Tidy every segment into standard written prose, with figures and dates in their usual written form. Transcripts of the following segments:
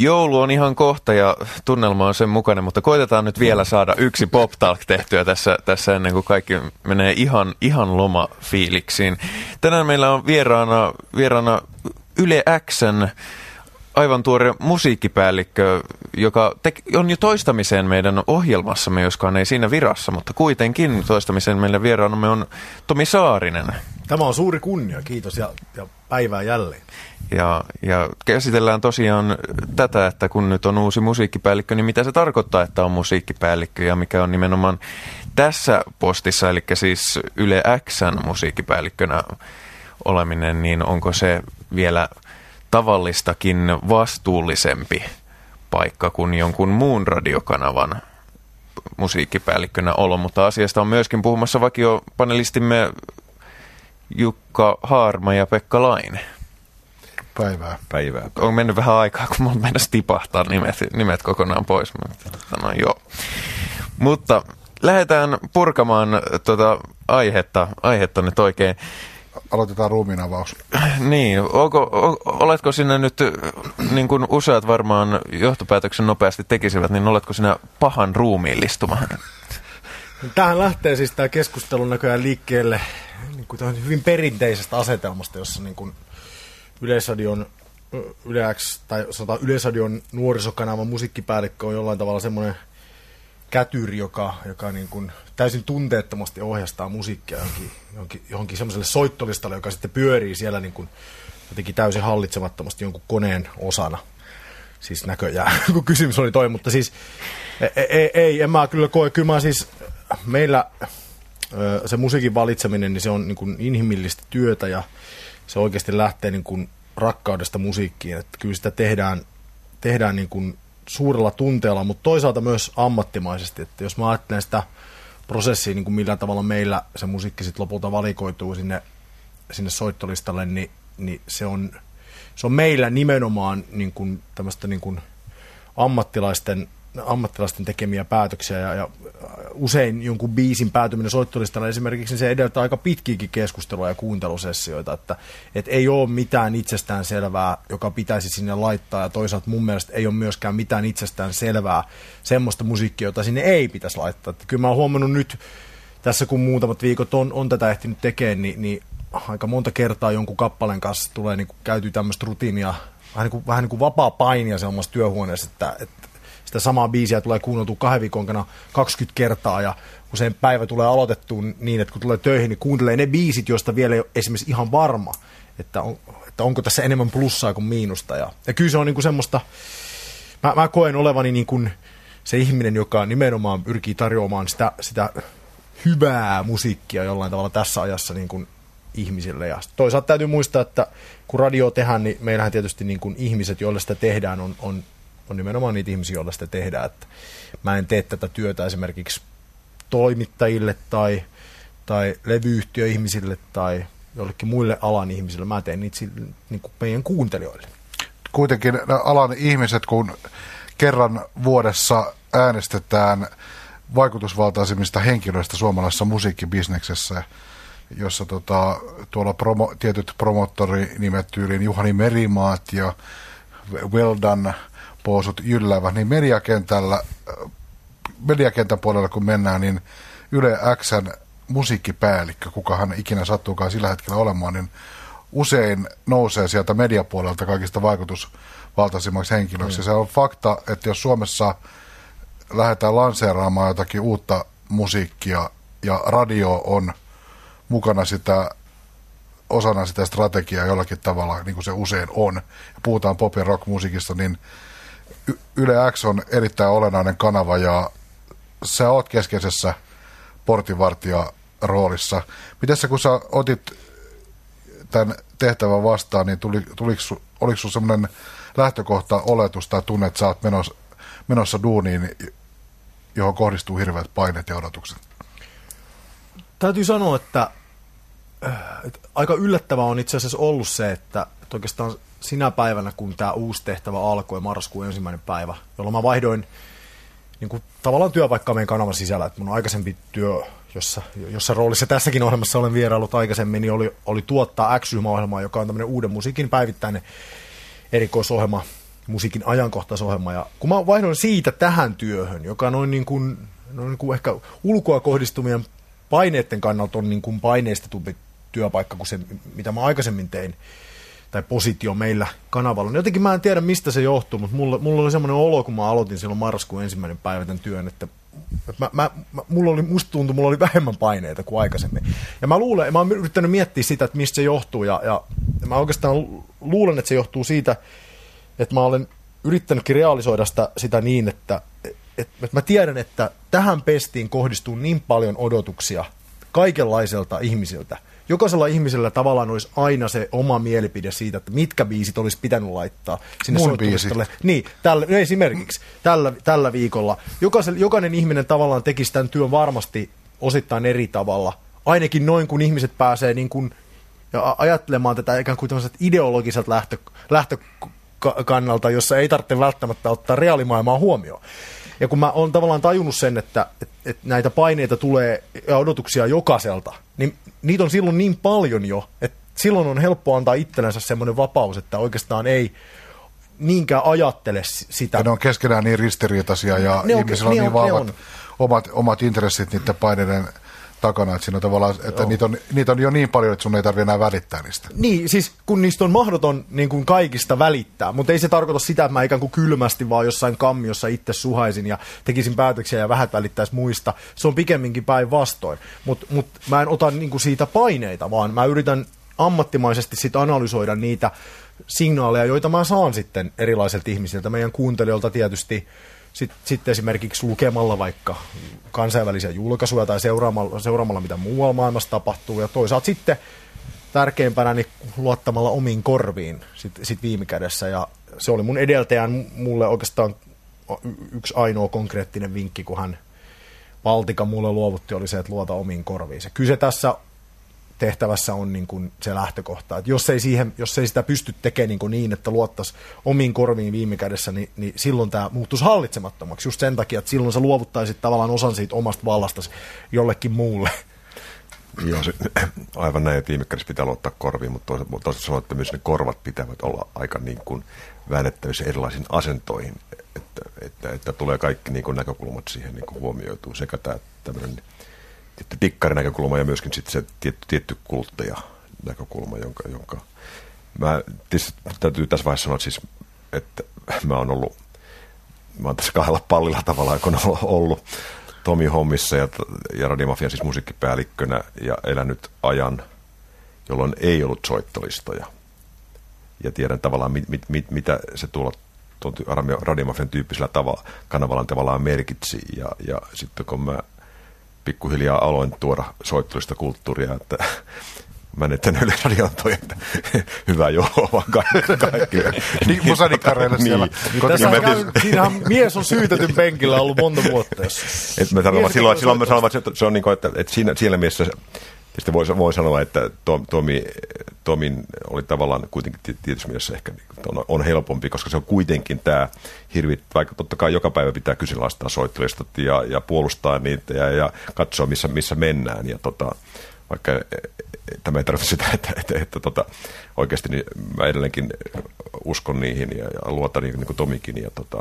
Joulu on ihan kohta ja tunnelma on sen mukainen, mutta koitetaan nyt vielä saada yksi Pop Talk tehtyä tässä ennen kuin kaikki menee ihan lomafiiliksiin. Tänään meillä on vieraana Yle X:n aivan tuore musiikkipäällikkö, joka on jo toistamiseen meidän ohjelmassamme, joskaan ei siinä virassa, mutta kuitenkin toistamiseen meidän vieraanamme on Tomi Saarinen. Tämä on suuri kunnia, kiitos ja päivää jälleen. Ja käsitellään tosiaan tätä, että kun nyt on uusi musiikkipäällikkö, niin mitä se tarkoittaa, että on musiikkipäällikkö ja mikä on nimenomaan tässä postissa, eli siis Yle X:n musiikkipäällikkönä oleminen, niin onko se vielä tavallistakin vastuullisempi paikka kuin jonkun muun radiokanavan musiikkipäällikkönä olo, mutta asiasta on myöskin puhumassa vakiopanelistimme Jukka Haarma ja Pekka Laine. Päivää. On mennyt vähän aikaa, kun mun mennessä tipahtaa nimet kokonaan pois. Mutta lähdetään purkamaan aihetta nyt oikein. Aloitetaan ruumiinavaus. Niin, oletko sinä nyt, niin kuin useat varmaan johtopäätöksen nopeasti tekisivät, niin oletko sinä pahan ruumiillistuma? Tähän lähtee siis tämä keskustelu näköjään liikkeelle niin kuin hyvin perinteisestä asetelmasta, jossa niin kuin Yle X, tai sanotaan Yleisradion nuorisokanavan musiikkipäällikkö on jollain tavalla semmoinen kätyri, joka niin kuin täysin tunteettomasti ohjastaa musiikkia johonkin semmoiselle soittolistalle, joka sitten pyörii siellä niin kuin jotenkin täysin hallitsemattomasti jonkun koneen osana. Siis näköjään, kun kysymys oli toi, mutta siis en mä kyllä koe. Kyllä mä siis, meillä se musiikin valitseminen, niin se on niin kuin inhimillistä työtä ja se oikeasti lähtee niin kuin rakkaudesta musiikkiin. Että kyllä sitä tehdään niin kuin suurella tunteella, mutta toisaalta myös ammattimaisesti. Että jos mä ajattelen sitä prosessia, niin kuin millä tavalla meillä se musiikki sitten lopulta valikoituu sinne soittolistalle, niin se on meillä nimenomaan niin kuin tämmöistä niin kuin ammattilaisten tekemiä päätöksiä ja usein jonkun biisin päätyminen soittolistalle esimerkiksi, niin se edellyttää aika pitkiäkin keskustelua ja kuuntelusessioita, että ei ole mitään itsestäänselvää, joka pitäisi sinne laittaa, ja toisaalta mun mielestä ei ole myöskään mitään itsestäänselvää semmoista musiikkia, jota sinne ei pitäisi laittaa. Että kyllä mä oon huomannut nyt tässä, kun muutamat viikot on tätä ehtinyt tekemään, niin aika monta kertaa jonkun kappaleen kanssa tulee niin käytyy tämmöistä rutiinia, vähän niin kuin vapaa painia se omassa työhuoneessa, että sitä samaa biisiä tulee kuunneltua 2 viikon aikana 20 kertaa, ja usein päivä tulee aloitettua niin, että kun tulee töihin, niin kuuntelee ne biisit, joista vielä ei ole esimerkiksi ihan varma, että onko tässä enemmän plussaa kuin miinusta. Ja kyllä se on niin kuin semmoista, mä koen olevani niin kuin se ihminen, joka nimenomaan pyrkii tarjoamaan sitä hyvää musiikkia jollain tavalla tässä ajassa niin kuin ihmisille. Ja toisaalta täytyy muistaa, että kun radio tehdään, niin meillähän tietysti niin kuin ihmiset, joille sitä tehdään, on nimenomaan niitä ihmisiä, joilla sitä tehdään. Että mä en tee tätä työtä esimerkiksi toimittajille tai levyyhtiöihmisille tai jollekin muille alan ihmisille. Mä teen niitä niin kuin meidän kuuntelijoille. Kuitenkin alan ihmiset, kun kerran vuodessa äänestetään vaikutusvaltaisimmista henkilöistä suomalaisessa musiikkibisneksessä, jossa tuolla tietyt promottorinimet tyyliin Juhani Merimaat ja Well Done poosut jylläävät, niin mediakentän puolella kun mennään, niin Yle X:n musiikkipäällikkö, kukahan ikinä sattuukaan sillä hetkellä olemaan, niin usein nousee sieltä mediapuolelta kaikista vaikutusvaltaisimmaksi henkilöksi. Se on fakta, että jos Suomessa lähdetään lanseeraamaan jotakin uutta musiikkia ja radio on mukana osana sitä strategiaa jollakin tavalla, niin kuin se usein on, ja puhutaan pop- ja rock-musiikista, niin Yle X on erittäin olennainen kanava, ja sä oot keskeisessä portinvartija-roolissa. Miten sä, kun sä otit tämän tehtävän vastaan, niin oliko sun semmoinen lähtökohta, oletus tai tunne, että sä oot menossa duuniin, johon kohdistuu hirveät paineet ja odotukset? Täytyy sanoa, että aika yllättävää on itse asiassa ollut se, että oikeastaan sinä päivänä, kun tämä uusi tehtävä alkoi, marraskuun 1. päivä, jolloin mä vaihdoin niin kuin tavallaan työpaikkaa meidän kanavan sisällä. Että mun aikaisempi työ, jossa roolissa tässäkin ohjelmassa olen vierailut aikaisemmin, niin oli tuottaa X-ryhmäohjelmaa, joka on tämmöinen uuden musiikin päivittäinen erikoisohjelma musiikin ajankohtaisohjelma. Ja kun mä vaihdoin siitä tähän työhön, joka noin niin kuin ehkä ulkoa kohdistumien paineiden kannalta on niin kuin paineistetumpi työpaikka kuin se, mitä mä aikaisemmin tein, tai positio meillä kanavalla. No jotenkin mä en tiedä, mistä se johtuu, mutta mulla oli semmoinen olo, kun mä aloitin silloin marraskuun 1. päivä tämän työn, että musta tuntui, mulla oli vähemmän paineita kuin aikaisemmin. Ja mä oon yrittänyt miettiä sitä, että mistä se johtuu, ja mä oikeastaan luulen, että se johtuu siitä, että mä olen yrittänytkin realisoida sitä niin, että mä tiedän, että tähän pestiin kohdistuu niin paljon odotuksia kaikenlaiselta ihmisiltä. Jokaisella ihmisellä tavallaan olisi aina se oma mielipide siitä, että mitkä biisit olisi pitänyt laittaa sinne soittolistalle. Niin, esimerkiksi tällä viikolla. Jokainen ihminen tavallaan tekisi tämän työn varmasti osittain eri tavalla. Ainakin noin, kun ihmiset pääsee niin kuin ajattelemaan tätä ikään kuin tämmöiseltä ideologiselta lähtökannalta, jossa ei tarvitse välttämättä ottaa reaalimaailmaa huomioon. Ja kun mä oon tavallaan tajunnut sen, että näitä paineita tulee ja odotuksia jokaiselta, niin niitä on silloin niin paljon jo, että silloin on helppo antaa itsellensä semmoinen vapaus, että oikeastaan ei niinkään ajattele sitä. Ja ne on keskenään niin ristiriitaisia ja ihmisillä on niin vahvat omat intressit niiden paineiden takana, että siinä on tavallaan, että niitä on jo niin paljon, että sun ei tarvitse enää välittää niistä. Niin, siis kun niistä on mahdoton niin kuin kaikista välittää, mutta ei se tarkoita sitä, että mä ikään kuin kylmästi vaan jossain kammiossa itse suhaisin ja tekisin päätöksiä ja vähät välittäisi muista. Se on pikemminkin päinvastoin, mutta mä en ota niin kuin siitä paineita, vaan mä yritän ammattimaisesti sit analysoida niitä signaaleja, joita mä saan sitten erilaisilta ihmisiltä, meidän kuuntelijoilta tietysti, sitten esimerkiksi lukemalla vaikka kansainvälisiä julkaisuja tai seuraamalla mitä muualla maailmassa tapahtuu, ja toisaalta sitten tärkeimpänä niin luottamalla omiin korviin sit viime kädessä, ja se oli mun edeltäjän mulle oikeastaan yksi ainoa konkreettinen vinkki, kun hän Baltika mulle luovutti, oli se, että luota omiin korviin. Se kyse tässä tehtävässä on niin kuin se lähtökohta, että jos ei sitä pysty tekemään niin, että luottaisi omiin korviin viime kädessä, niin silloin tämä muuttuisi hallitsemattomaksi. Just sen takia, että silloin sä luovuttaisit tavallaan osan siitä omasta vallastasi jollekin muulle. Joo, aivan näin, että viime kädessä pitää luottaa korviin, mutta toisaalta sanoa, että myös ne korvat pitävät olla aika niin kuin väännettävissä erilaisiin asentoihin, että tulee kaikki niin kuin näkökulmat siihen niin kuin huomioituu, sekä tämä tämmöinen dikkarinäkökulma ja myöskin sitten se tietty kuluttajanäkökulma, jonka mä tietysti täytyy tässä vaiheessa sanoa, että mä oon tässä kahdella pallilla tavallaan, kun on ollut Tomi hommissa ja Radiomafian siis musiikkipäällikkönä ja elänyt ajan, jolloin ei ollut soittolistoja. Ja tiedän tavallaan, mitä se tuolla Radiomafian tyyppisellä kanavalla tavallaan merkitsi. Ja sitten kun mä pikkuhiljaa aloin tuoda soittolista kulttuuria, että mä en etten Yleisradioon toi, että hyvää joulua vaan kaikille. Niin, musanikkareille siellä. Siinähän mies on syytetyn penkillä ollut monta vuotta. Silloin mä sanon, että se on niin kuin, että siinä mielessä tietysti voi sanoa, että Tomin oli tavallaan kuitenkin tietysti mielessä ehkä on helpompi, koska se on kuitenkin tämä vaikka totta kai joka päivä pitää kyseenalaistaa soittolistat ja puolustaa niitä ja katsoa missä mennään ja vaikka tämä ei tarvitse sitä, että oikeasti niin mä edelleenkin uskon niihin ja luotan niin kuin Tomikin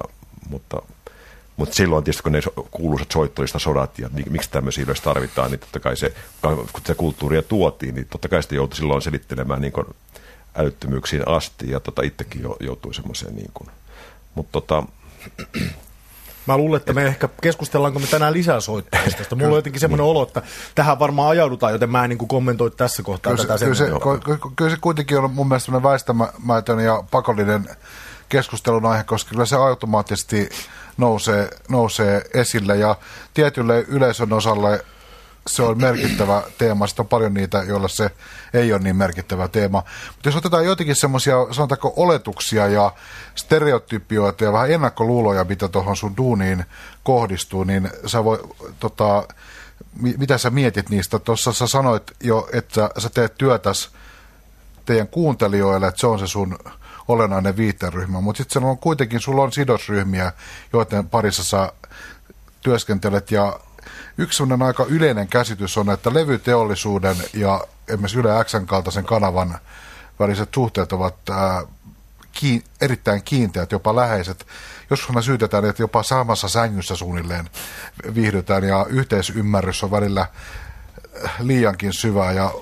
mutta silloin tietysti, kun ne kuuluisat soittolista sodat ja miksi tämmöisiä yleensä tarvitaan, niin totta kai kun se kulttuuria tuotiin, niin totta kai sitä joutui silloin selittelemään niin kuin älyttömyyksiin asti ja itsekin joutui semmoiseen niin kuin. Mutta mä luulen, että me ehkä keskustellaanko me tänään lisää soittajista. Mulla on jotenkin semmoinen olo, että tähän varmaan ajaudutaan, joten mä en niin kuin kommentoi tässä kohtaa tätä. Kyllä se kuitenkin on mun mielestä semmoinen väistämätön ja pakollinen keskustelun aihe, koska kyllä se automaattisesti nousee esille ja tietylle yleisön osalle se on merkittävä teema. Sitten on paljon niitä, joilla se ei ole niin merkittävä teema. Mutta jos otetaan jotenkin semmoisia, sanotaanko, oletuksia ja stereotypioita ja vähän ennakkoluuloja, mitä tuohon sun duuniin kohdistuu, niin sä voi, mitä sä mietit niistä? Tuossa sä sanoit jo, että sä teet työtäs teidän kuuntelijoille, että se on se sun olennainen viiteryhmä, mutta sitten on kuitenkin, sulla on sidosryhmiä, joiden parissa sä työskentelet, ja yksi sellainen aika yleinen käsitys on, että levyteollisuuden ja esimerkiksi Yle X:n kaltaisen kanavan väliset suhteet ovat erittäin kiinteät, jopa läheiset. Joskus me syytetään, että jopa samassa sängyssä suunnilleen viihdytään ja yhteisymmärrys on välillä liiankin syvää ja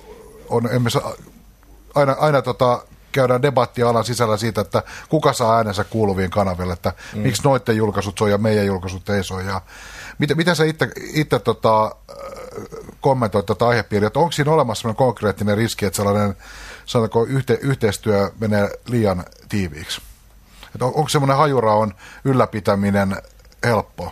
aina käydään debattia alan sisällä siitä, että kuka saa äänensä kuuluviin kanaville, että miksi noiden julkaisut soi ja meidän julkaisut ei soi. Ja miten sä itse kommentoit tätä aihepiiriä, että onko siinä olemassa sellainen konkreettinen riski, että sellainen yhteistyö menee liian tiiviiksi? Että onko semmoinen hajuraon ylläpitäminen helppoa?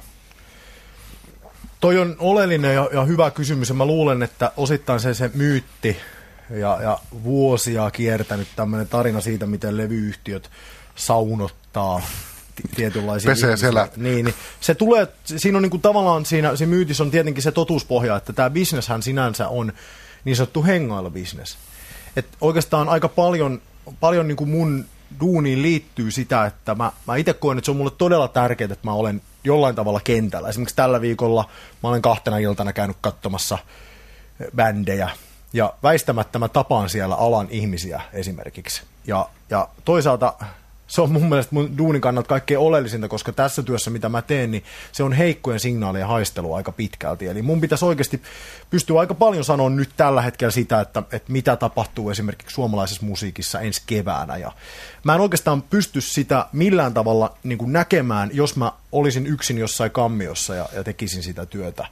Toi on oleellinen ja hyvä kysymys, ja mä luulen, että osittain se myytti ja vuosia kiertänyt tämmöinen tarina siitä, miten levyyhtiöt saunottaa tietynlaisia pesee siellä. Niin, se tulee, siinä on niinku tavallaan siinä myytissä on tietenkin se totuuspohja, että tämä bisneshän sinänsä on niin sanottu hengailubisnes. Että oikeastaan aika paljon niinku mun duuniin liittyy sitä, että mä itse koen, että se on mulle todella tärkeää, että mä olen jollain tavalla kentällä. Esimerkiksi tällä viikolla mä olen 2 iltana käynyt katsomassa bändejä, ja väistämättä mä tapaan siellä alan ihmisiä esimerkiksi. Ja toisaalta se on mun mielestä mun duunin kannalta kaikkein oleellisinta, koska tässä työssä, mitä mä teen, niin se on heikkojen signaalien haistelu aika pitkälti. Eli mun pitäisi oikeasti pystyä aika paljon sanoa nyt tällä hetkellä sitä, että mitä tapahtuu esimerkiksi suomalaisessa musiikissa ensi keväänä. Ja mä en oikeastaan pysty sitä millään tavalla niin kuin näkemään, jos mä olisin yksin jossain kammiossa ja tekisin sitä työtä.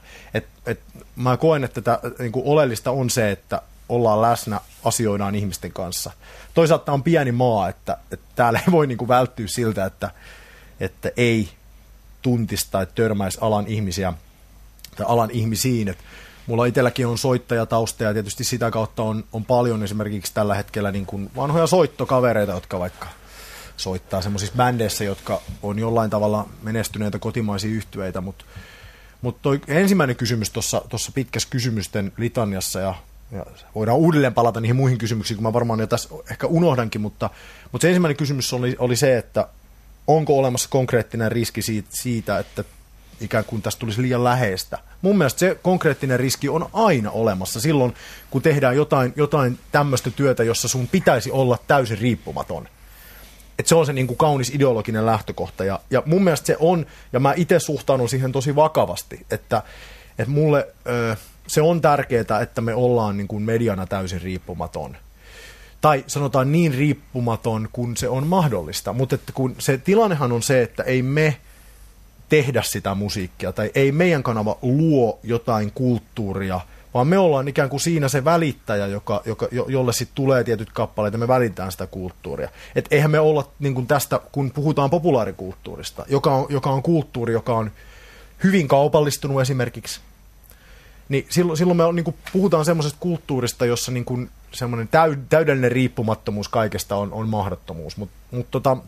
Mä koen, että niin kuin oleellista on se, että ollaan läsnä, asioidaan ihmisten kanssa. Toisaalta on pieni maa, että täällä ei voi niinku välttyä siltä, että ei tuntisi tai törmäisi alan ihmisiä tai alan ihmisiin. Et mulla itselläkin on soittajatausta ja tietysti sitä kautta on paljon esimerkiksi tällä hetkellä niin kuin vanhoja soittokavereita, jotka vaikka soittaa semmoisissa bändeissä, jotka on jollain tavalla menestyneitä kotimaisia yhtyeitä. Mutta toi ensimmäinen kysymys tuossa pitkässä kysymysten litaniassa ja voidaan uudelleen palata niihin muihin kysymyksiin, kun mä varmaan jo tässä ehkä unohdankin, mutta se ensimmäinen kysymys oli se, että onko olemassa konkreettinen riski siitä, että ikään kuin tästä tulisi liian läheistä. Mun mielestä se konkreettinen riski on aina olemassa silloin, kun tehdään jotain tämmöistä työtä, jossa sun pitäisi olla täysin riippumaton. Että se on se niin kuin kaunis ideologinen lähtökohta, ja mun mielestä se on, ja mä itse suhtaudun siihen tosi vakavasti, että mulle se on tärkeää, että me ollaan niin kuin mediana täysin riippumaton. Tai sanotaan niin riippumaton, kun se on mahdollista. Mutta että kun se tilannehan on se, että ei me tehdä sitä musiikkia, tai ei meidän kanava luo jotain kulttuuria, vaan me ollaan ikään kuin siinä se välittäjä, jolle sitten tulee tietyt kappaleet, ja me välitetään sitä kulttuuria. Että eihän me olla niin kuin tästä, kun puhutaan populaarikulttuurista, joka on kulttuuri, joka on hyvin kaupallistunut esimerkiksi, niin silloin me niin kuin puhutaan semmoisesta kulttuurista, jossa niin kuin semmoinen täydellinen riippumattomuus kaikesta on mahdottomuus. Mutta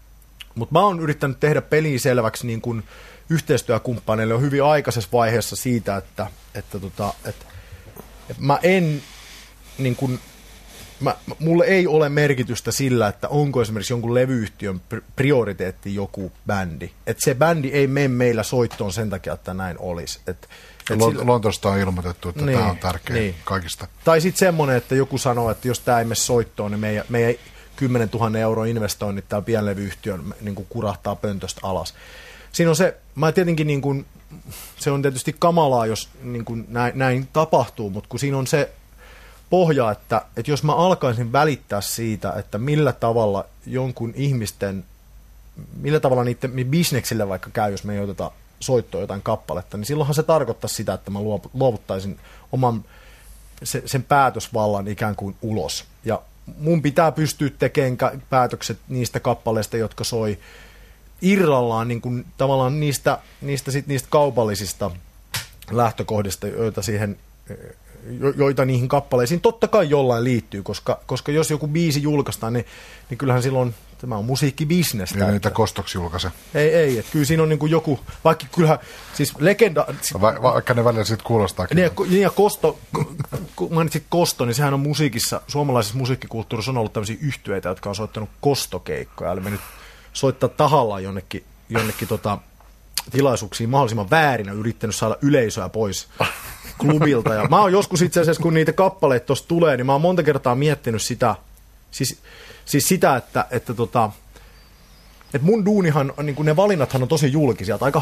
mä oon yrittänyt tehdä peliä selväksi niin kuin yhteistyökumppaneille on hyvin aikaisessa vaiheessa siitä, että mä en niin kuin, mulle ei ole merkitystä sillä, että onko esimerkiksi jonkun levyyhtiön prioriteetti joku bändi. Että se bändi ei mene meillä soittoon sen takia, että näin olisi. Lontoosta on ilmoitettu, että tämä on tärkeä kaikista. Tai sitten semmoinen, että joku sanoo, että jos tämä ei mene soittoon, niin meidän 10 000 € investoinnit täällä pienlevyyhtiön niin kuin kurahtaa pöntöstä alas. Siinä on se, mä tietenkin niin kuin, se on tietysti kamalaa, jos niin kuin näin tapahtuu, mutta kun siinä on se pohja, että jos mä alkaisin välittää siitä, että millä tavalla jonkun ihmisten, millä tavalla niiden bisneksille vaikka käy, jos me ei oteta soittoa jotain kappaletta, niin silloinhan se tarkoittaa sitä, että mä luovuttaisin oman sen päätösvallan ikään kuin ulos. Ja mun pitää pystyä tekemään päätökset niistä kappaleista, jotka soi irrallaan niin kuin tavallaan niistä kaupallisista lähtökohdista, joita niihin kappaleisiin totta kai jollain liittyy, koska jos joku biisi julkaistaan, niin kyllähän silloin tämä on musiikkibisnestä. Ei niitä kostoksi julkaise. Ei, että kyllä siinä on niin kuin joku, vaikka kyllähän, siis legenda... Vaikka ne välillä sitten kuulostaakin. Niin ja Kosto, kun mainitsit Kosto, niin sehän on musiikissa, suomalaisessa musiikkikulttuurissa on ollut tämmöisiä yhtyeitä, jotka on soittanut kostokeikkoja, eli me nyt soittaa tahallaan jonnekin tilaisuuksiin mahdollisimman väärinä yrittänyt saada yleisöä pois klubilta. Ja mä oon joskus itse asiassa, kun niitä kappaleita tuossa tulee, niin mä oon monta kertaa miettinyt sitä, siis sitä, että mun duunihan, niin kuin ne valinnathan on tosi julkisia. Aika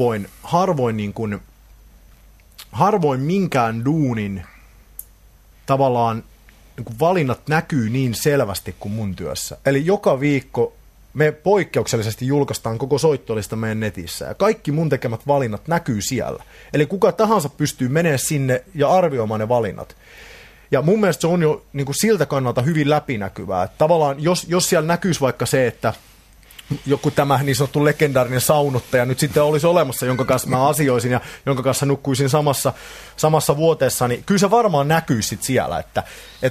harvoin minkään duunin tavallaan niin kuin valinnat näkyy niin selvästi kuin mun työssä. Eli joka viikko me poikkeuksellisesti julkaistaan koko soittolista meidän netissä, ja kaikki mun tekemät valinnat näkyy siellä. Eli kuka tahansa pystyy menemään sinne ja arvioimaan ne valinnat. Ja mun mielestä se on jo niin kuin siltä kannalta hyvin läpinäkyvää. Että tavallaan jos siellä näkyisi vaikka se, että joku tämä niin sanottu legendaarinen saunottaja nyt sitten olisi olemassa, jonka kanssa mä asioisin ja jonka kanssa nukkuisin samassa vuoteessa, niin kyllä se varmaan näkyisi sit siellä, että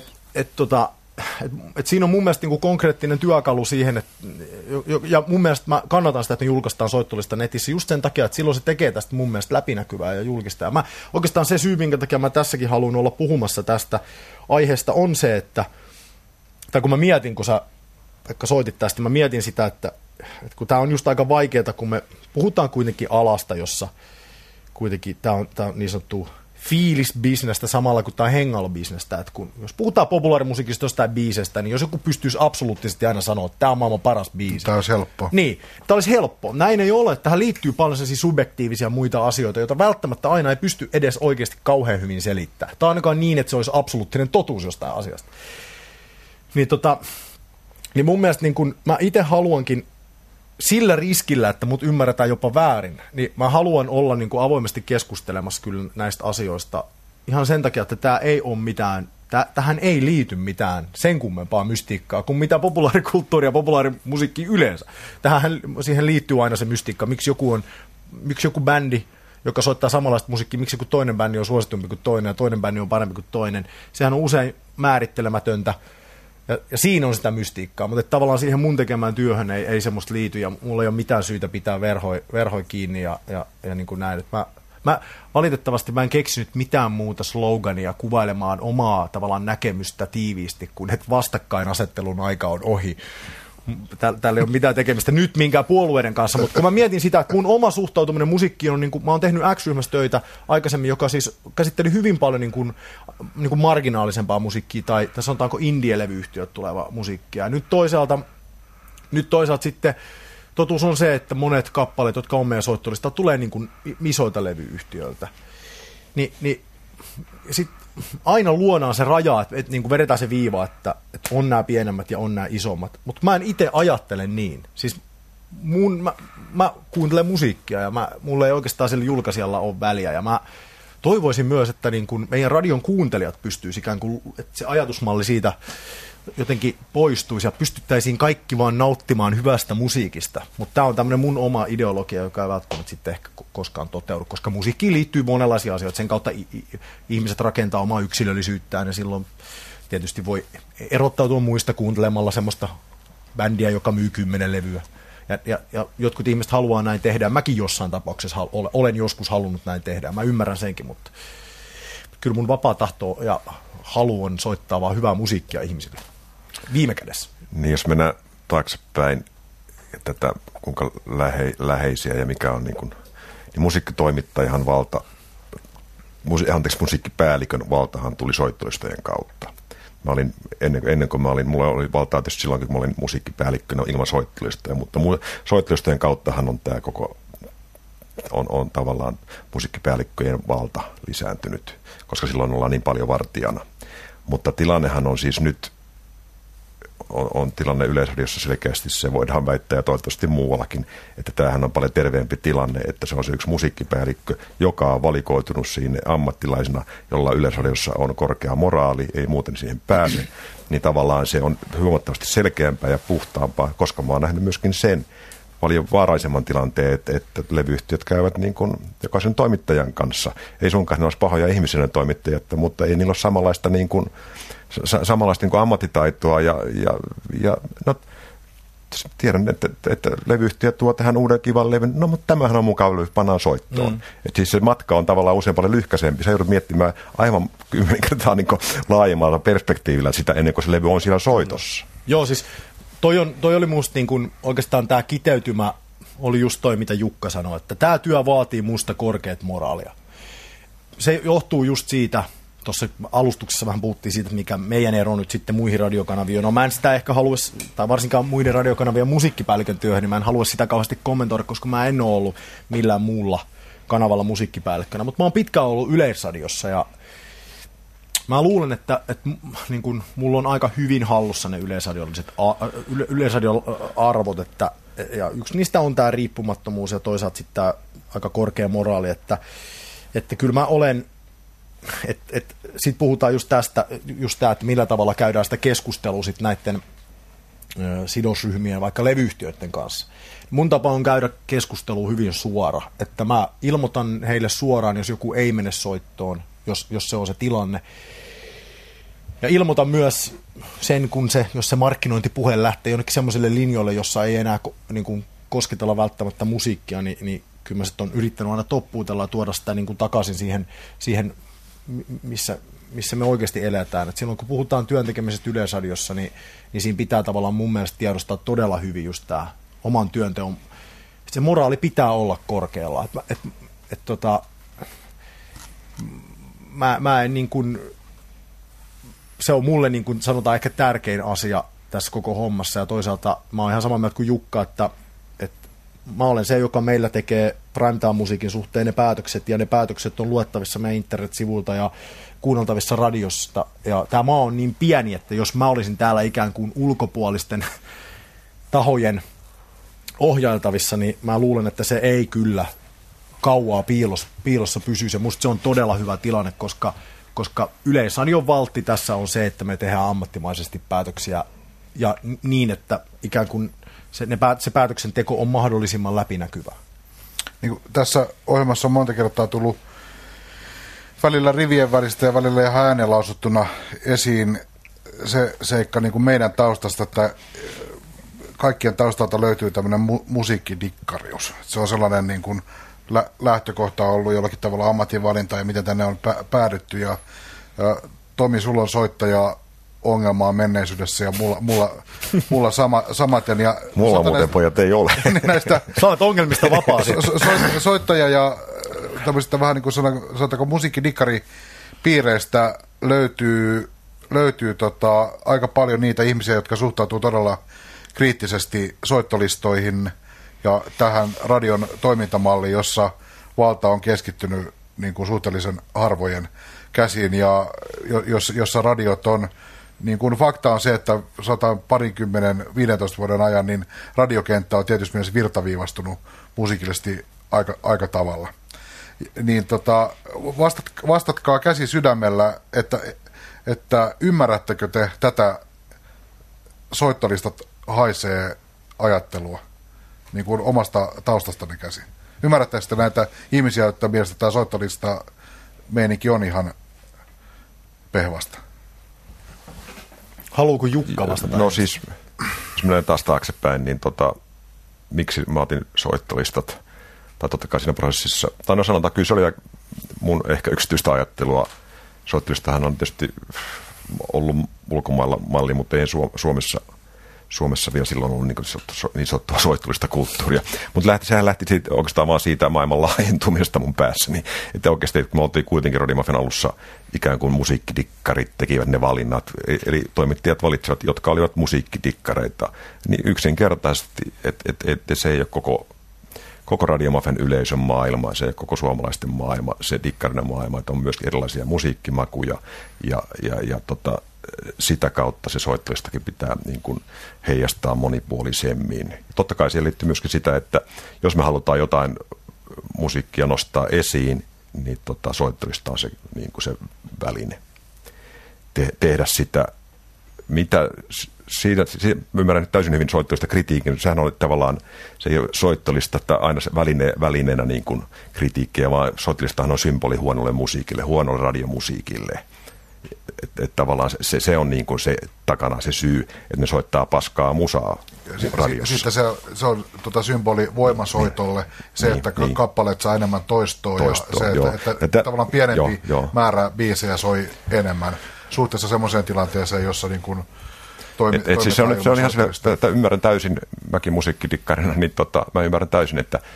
siinä on mun mielestä niin kuin konkreettinen työkalu siihen, ja mun mielestä mä kannatan sitä, että me julkaistaan soittolista netissä just sen takia, että silloin se tekee tästä mun mielestä läpinäkyvää ja julkista. Ja oikeastaan se syy, minkä takia mä tässäkin haluan olla puhumassa tästä aiheesta, on se, tai kun mä mietin, kun sä Pekka soitit tästä, mä mietin sitä, että kun tää on just aika vaikeaa, kun me puhutaan kuitenkin alasta, jossa kuitenkin tää on niin sanottu fiilisbisnestä samalla kuin tämä hengailubisnestä, että jos puhutaan populaarimusiikista jostain biisestä, niin jos joku pystyisi absoluuttisesti aina sanoa, että tämä on maailman paras biisi. Tämä olisi helppo. Niin, tämä olisi helppo. Näin ei ole. Tähän liittyy paljon sellaisia subjektiivisia muita asioita, joita välttämättä aina ei pysty edes oikeasti kauhean hyvin selittämään. Tai ainakaan niin, että se olisi absoluuttinen totuus jostain asiasta. Niin mun mielestä niin kun mä itse haluankin sillä riskillä, että mut ymmärretään jopa väärin, niin mä haluan olla niin kuin avoimesti keskustelemassa kyllä näistä asioista ihan sen takia, että tämä ei ole mitään, tähän ei liity mitään sen kummempaa mystiikkaa kuin mitä populaarikulttuuri ja populaarimusiikki yleensä. Siihen liittyy aina se mystiikka, miksi joku bändi, joka soittaa samanlaista musiikkia, miksi joku toinen bändi on suositumpi kuin toinen ja toinen bändi on parempi kuin toinen. Sehän on usein määrittelemätöntä. Ja siinä on sitä mystiikkaa, mutta tavallaan siihen mun tekemään työhön ei semmoista liity, ja mulla ei ole mitään syytä pitää verhoi kiinni ja niin kuin näin. Mä valitettavasti mä en keksinyt mitään muuta slogania kuvailemaan omaa tavallaan näkemystä tiiviisti, kun että vastakkainasettelun aika on ohi. Tällä ei ole mitään tekemistä nyt minkään puolueiden kanssa, mutta kun mä mietin sitä, että mun oma suhtautuminen musiikkiin on, niin kuin, mä oon tehnyt X-ryhmässä töitä aikaisemmin, joka siis käsitteli hyvin paljon niin kuin marginaalisempaa musiikkia, tai sanotaanko indie-levyyhtiöt tuleva musiikkia. Nyt toisaalta sitten totuus on se, että monet kappaleet, jotka on meidän soittolista, tulee niin kuin isoilta levyyhtiöiltä. Niin sitten aina luodaan se raja, että niin kuin vedetään se viiva, että on nämä pienemmät ja on nämä isommat. Mutta mä en itse ajattele niin. Siis mä kuuntelen musiikkia ja mulla ei oikeastaan sillä julkaisijalla ole väliä. Ja mä toivoisin myös, että niin kuin meidän radion kuuntelijat pystyisivät ikään kuin, että se ajatusmalli siitä jotenkin poistuisi ja pystyttäisiin kaikki vaan nauttimaan hyvästä musiikista. Mutta tämä on tämmöinen mun oma ideologia, joka ei välttämättä sitten ehkä koskaan toteudu, koska musiikkiin liittyy monenlaisia asioita. Sen kautta ihmiset rakentaa omaa yksilöllisyyttään ja silloin tietysti voi erottautua muista kuuntelemalla semmoista bändiä, joka myy 10 levyä. Ja jotkut ihmiset haluaa näin tehdä. Mäkin jossain tapauksessa olen joskus halunnut näin tehdä. Mä ymmärrän senkin, mutta kyllä mun vapaa tahto ja halu on soittaa vaan hyvää musiikkia ihmisille. Viime kädessä. Niin jos mennään taaksepäin tätä, kuinka läheisiä ja mikä on niin musiikkitoimittajan valta, musiikkipäällikön valtahan tuli soittolistojen kautta. Mä olin, ennen kuin mulla oli valtaa tietysti silloin, kun mä olin musiikkipäällikkönä ilman soittolistoja, mutta soittolistojen kauttahan on tämä koko, on tavallaan musiikkipäällikköjen valta lisääntynyt, koska silloin ollaan niin paljon vartijana. Mutta tilannehan on siis nyt, on tilanne Yleisradiossa selkeästi, se voidaan väittää ja toivottavasti muuallakin, että tämähän on paljon terveempi tilanne, että se on se yksi musiikkipäällikkö, joka on valikoitunut siinä ammattilaisena, jolla Yleisradiossa on korkea moraali, ei muuten siihen pääse, niin tavallaan se on huomattavasti selkeämpää ja puhtaampaa, koska mä oon nähnyt myöskin sen paljon vaaraisemman tilanteen, että levyyhtiöt käyvät niin kuin jokaisen toimittajan kanssa. Ei suinkaan ne olisi pahoja ihmisiä toimittajat, mutta ei niillä ole samanlaista niin kuin ammattitaitoa ja no, tiedän, että levyyhtiö tuo tähän uuden kivan levyn, no mutta tämähän on mukava pannaan soittoon. Et siis se matka on tavallaan usein paljon lyhkäisempi. Sä joudut miettimään aivan 10 kertaa niin laajemmalla perspektiivillä sitä ennen kuin se levy on siellä soitossa. Joo, siis toi oli musta niin kuin, oikeastaan tämä kiteytymä oli just toi, mitä Jukka sanoi, että tämä työ vaatii musta korkeat moraalia. Se johtuu just siitä, tuossa alustuksessa vähän puhuttiin siitä, mikä meidän ero nyt sitten muihin radiokanaviin. No mä en sitä ehkä haluaisi, tai varsinkaan muiden radiokanavien musiikkipäällikön työhön, niin mä en halua sitä kauheasti kommentoida, koska mä en ole ollut millään muulla kanavalla musiikkipäällikkönä. Mutta mä oon pitkään ollut Yleisradiossa ja mä luulen, että niin kun mulla on aika hyvin hallussa ne yleisradion arvot, ja yksi niistä on tämä riippumattomuus ja toisaalta sitten tämä aika korkea moraali, että kyllä mä olen, sitten puhutaan just tästä, että millä tavalla käydään sitä keskustelua sitten näiden sidosryhmien, vaikka levyyhtiöiden kanssa. Mun tapa on käydä keskustelua hyvin suora, että mä ilmoitan heille suoraan, jos joku ei mene soittoon, jos se on se tilanne. Ja ilmoitan myös sen, jos se markkinointipuhe lähtee jonnekin semmoiselle linjoille, jossa ei enää niin kuin kosketella välttämättä musiikkia, niin kyllä mä sitten on yrittänyt aina toppuutella ja tuoda sitä niin kuin takaisin siihen missä me oikeasti eletään. Et silloin kun puhutaan työntekemisestä Yleisradiossa, niin siinä pitää tavallaan mun mielestä tiedostaa todella hyvin just tämä oman työnteon. Se moraali pitää olla korkealla. Mä en niin kuin, se on mulle niin kuin sanotaan ehkä tärkein asia tässä koko hommassa, ja toisaalta mä oon ihan samaa mieltä kuin Jukka, että mä olen se, joka meillä tekee primetime-musiikin suhteen ne päätökset, ja ne päätökset on luettavissa meidän internet-sivuilta ja kuunneltavissa radiosta, ja tämä maa on niin pieni, että jos mä olisin täällä ikään kuin ulkopuolisten tahojen ohjailtavissa, niin mä luulen, että se ei kyllä kauaa piilossa pysyisi, ja musta se on todella hyvä tilanne, koska Yleisradion valtti tässä on se, että me tehdään ammattimaisesti päätöksiä, ja niin, että ikään kuin se päätöksenteko on mahdollisimman läpinäkyvä. Niin kuin tässä ohjelmassa on monta kertaa tullut välillä rivien välistä ja välillä ihan ääneen lausuttuna esiin se seikka niin kuin meidän taustasta, että kaikkien taustalta löytyy tämmöinen musiikkidikkarius. Se on sellainen niin kuin lähtökohta ollut jollakin tavalla ammatinvalinta ja miten tänne on päädytty. Ja Tomi, sulla on soittaja ongelmaa menneisyydessä ja mulla samaten. Ja mulla muuten pojat ei ole. Näistä sä olet ongelmista vapaa. Soittaja ja tämmöistä vähän niin kuin sanotaanko musiikkidikkaripiireistä löytyy aika paljon niitä ihmisiä, jotka suhtautuu todella kriittisesti soittolistoihin ja tähän radion toimintamalliin, jossa valta on keskittynyt niin kuin suhteellisen harvojen käsiin ja jossa radiot on, niin kuin fakta on se, että 15 vuoden ajan niin radiokenttä on tietysti myös virtaviivastunut musiikillisesti aika tavalla. Niin vastatkaa käsi sydämellä, että ymmärrättekö te tätä soittolistat haisee ajattelua niin kuin omasta taustastanne käsin? Ymmärrättekö te näitä ihmisiä, jotka mielestä tämä soittolista meininki on ihan pehvasta? Haluuko Jukka vastata? No siis, jos mennään taas taaksepäin, niin miksi mä otin soittolistat? Tai totta kai siinä prosessissa, tai no sanotaan, kyllä se oli mun ehkä yksityistä ajattelua. Soittolistahan on tietysti ollut ulkomailla malli, mutta ei Suomessa vielä silloin ollut niin sanottua soittelista kulttuuria. Mutta sehän lähti oikeastaan vaan siitä maailman laajentumisesta mun päässäni. Että oikeasti me oltiin kuitenkin Radio Mafian alussa ikään kuin musiikkidikkarit tekivät ne valinnat. Eli toimittajat valitsivat, jotka olivat musiikkidikkareita. Niin yksinkertaisesti, että se ei ole koko Radio Mafian yleisön maailma, se ei ole koko suomalaisten maailma, se dikkarinen maailma, että on myöskin erilaisia musiikkimakuja ja sitä kautta se soittolistakin pitää niin kuin heijastaa monipuolisemmin. Totta kai siihen liittyy myöskin sitä, että jos me halutaan jotain musiikkia nostaa esiin, niin soittolista on se, niin kuin se väline tehdä sitä, mitä siitä ymmärrän täysin hyvin soittolista kritiikin. Sehän on tavallaan, se ei ole soittolista, että aina se välineenä niin kuin kritiikkiä, vaan soittolistahan on symboli huonolle musiikille, huonolle radiomusiikille. Että tavallaan se on niin kuin se takana se syy, että ne soittaa paskaa musaa radiossa. Sitten se on symboli voimasoitolle, se, että kappaleet saa enemmän toistoa ja se, että tavallaan pienempi määrä biisejä soi enemmän suhteessa semmoiseen tilanteeseen, jossa niin kuin siis se on ihan se, että ymmärrän täysin, mäkin musiikkidikkarina, niin mä ymmärrän täysin, että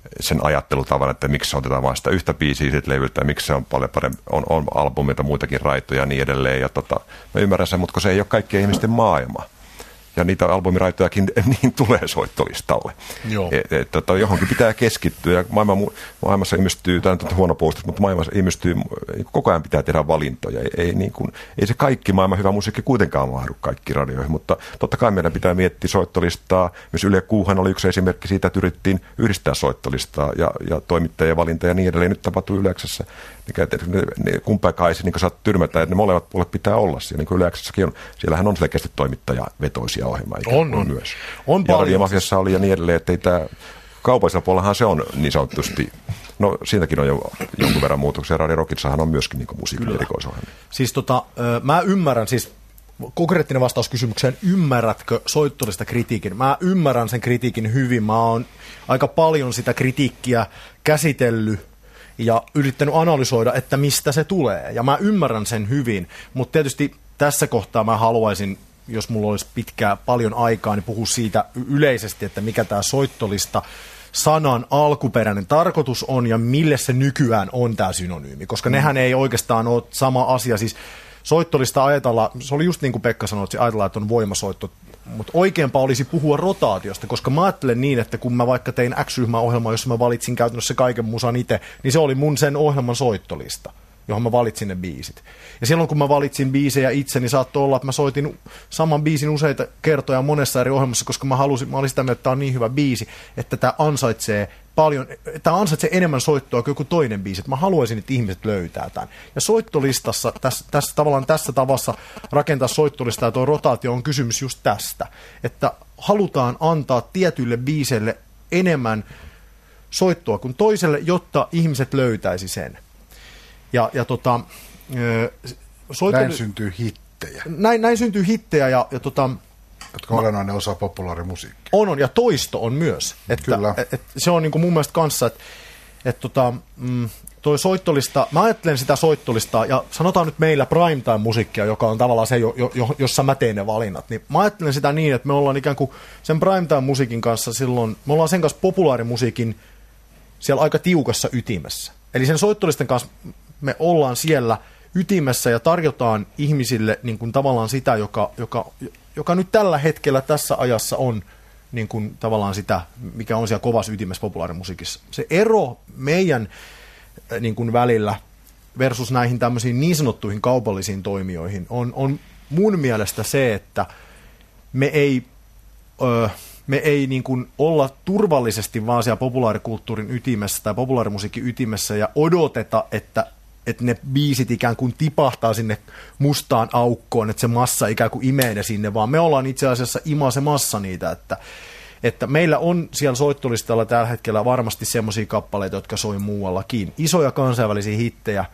sen ajattelutavan, että miksi se otetaan vain sitä yhtä biisiä siitä levyltä, ja miksi se on paljon parempi, on albumilta muitakin raitoja ja niin edelleen. Ja mä ymmärrän sen, mutta se ei ole kaikkien ihmisten maailma. Ja niitä albumiraitojakin niin tulee soittolistalle. Johonkin pitää keskittyä. Ja maailmassa ilmestyy, tämä on huono puolustus, mutta maailmassa ilmestyy, koko ajan pitää tehdä valintoja. Ei se kaikki maailman hyvä musiikki kuitenkaan mahdu kaikki radioihin, mutta totta kai meidän pitää miettiä soittolistaa. Myös Yle Kuuhan oli yksi esimerkki siitä, että yritettiin yhdistää soittolistaa ja toimittajien valinta ja niin edelleen. Nyt tapahtuu Yleäksessä. Kumpaakaan ei se niin saat tyrmätä, että ne molemmat puolet pitää olla siellä. Niin kuin Yleäksessäkin on, siellähän on selkeästi toimittajavetoisia ohjelmaa on myös. On ja Radiomafiassa oli ja niin edelleen, että ei tämä kaupallisella puolellahan se on niin sanotusti, no siinäkin on jo jonkun verran muutoksia. Radio Rockissahan on myöskin niin musiikin erikoisohjelmia. Siis mä ymmärrän, siis konkreettinen vastaus kysymykseen, ymmärrätkö soittolista kritiikin? Mä ymmärrän sen kritiikin hyvin, mä oon aika paljon sitä kritiikkiä käsitellyt ja yrittänyt analysoida, että mistä se tulee. Ja mä ymmärrän sen hyvin, mutta tietysti tässä kohtaa mä haluaisin, jos mulla olisi paljon aikaa, niin puhua siitä yleisesti, että mikä tämä soittolista sanan alkuperäinen tarkoitus on ja mille se nykyään on tämä synonyymi, koska nehän ei oikeastaan ole sama asia. Siis soittolista ajatella, se oli just niin kuin Pekka sanoi, että ajatellaan, että on voimasoitto, mutta oikeampaa olisi puhua rotaatiosta, koska mä ajattelen niin, että kun mä vaikka tein X-ryhmän ohjelmaa, jossa mä valitsin käytännössä kaiken musan itse, niin se oli mun sen ohjelman soittolista, johon mä valitsin ne biisit. Ja silloin kun mä valitsin biisejä itse, niin saattoi olla, että mä soitin saman biisin useita kertoja monessa eri ohjelmassa, koska mä olin sitä mieltä, että tämä on niin hyvä biisi, että tämä ansaitsee enemmän soittoa kuin joku toinen biisi. Että mä haluaisin, että ihmiset löytää tämän. Ja soittolistassa, tässä tavassa rakentaa soittolistaa ja tuo rotaatio on kysymys just tästä, että halutaan antaa tietyille biiseille enemmän soittoa kuin toiselle, jotta ihmiset löytäisi sen. Näin syntyy hittejä. Näin syntyy hittejä jotka on olennainen osa populaarimusiikkia. On, ja toisto on myös. Kyllä. Se on niin kuin mun mielestä kanssa, että toi soittolista, mä ajattelen sitä soittolistaa, ja sanotaan nyt meillä primetime-musiikkia, joka on tavallaan se, jossa mä teen ne valinnat, niin mä ajattelen sitä niin, että me ollaan ikään kuin sen primetime-musiikin kanssa silloin, me ollaan sen kanssa populaarimusiikin siellä aika tiukassa ytimessä. Eli sen soittolisten kanssa me ollaan siellä ytimessä ja tarjotaan ihmisille niin kuin tavallaan sitä, joka nyt tällä hetkellä tässä ajassa on niin kuin tavallaan sitä, mikä on siellä kovassa ytimessä populaarimusiikissa. Se ero meidän niin kuin välillä versus näihin tämmöisiin niin sanottuihin kaupallisiin toimijoihin on mun mielestä se, että me ei niin kuin olla turvallisesti vaan siellä populaarikulttuurin ytimessä tai populaarimusiikin ytimessä ja odoteta, että ne biisit ikään kuin tipahtaa sinne mustaan aukkoon, että se massa ikään kuin imee ne sinne, vaan me ollaan itse asiassa imasemassa niitä, että meillä on siellä soittolistalla tällä hetkellä varmasti semmoisia kappaleita, jotka soi muuallakin. Isoja kansainvälisiä hittejä,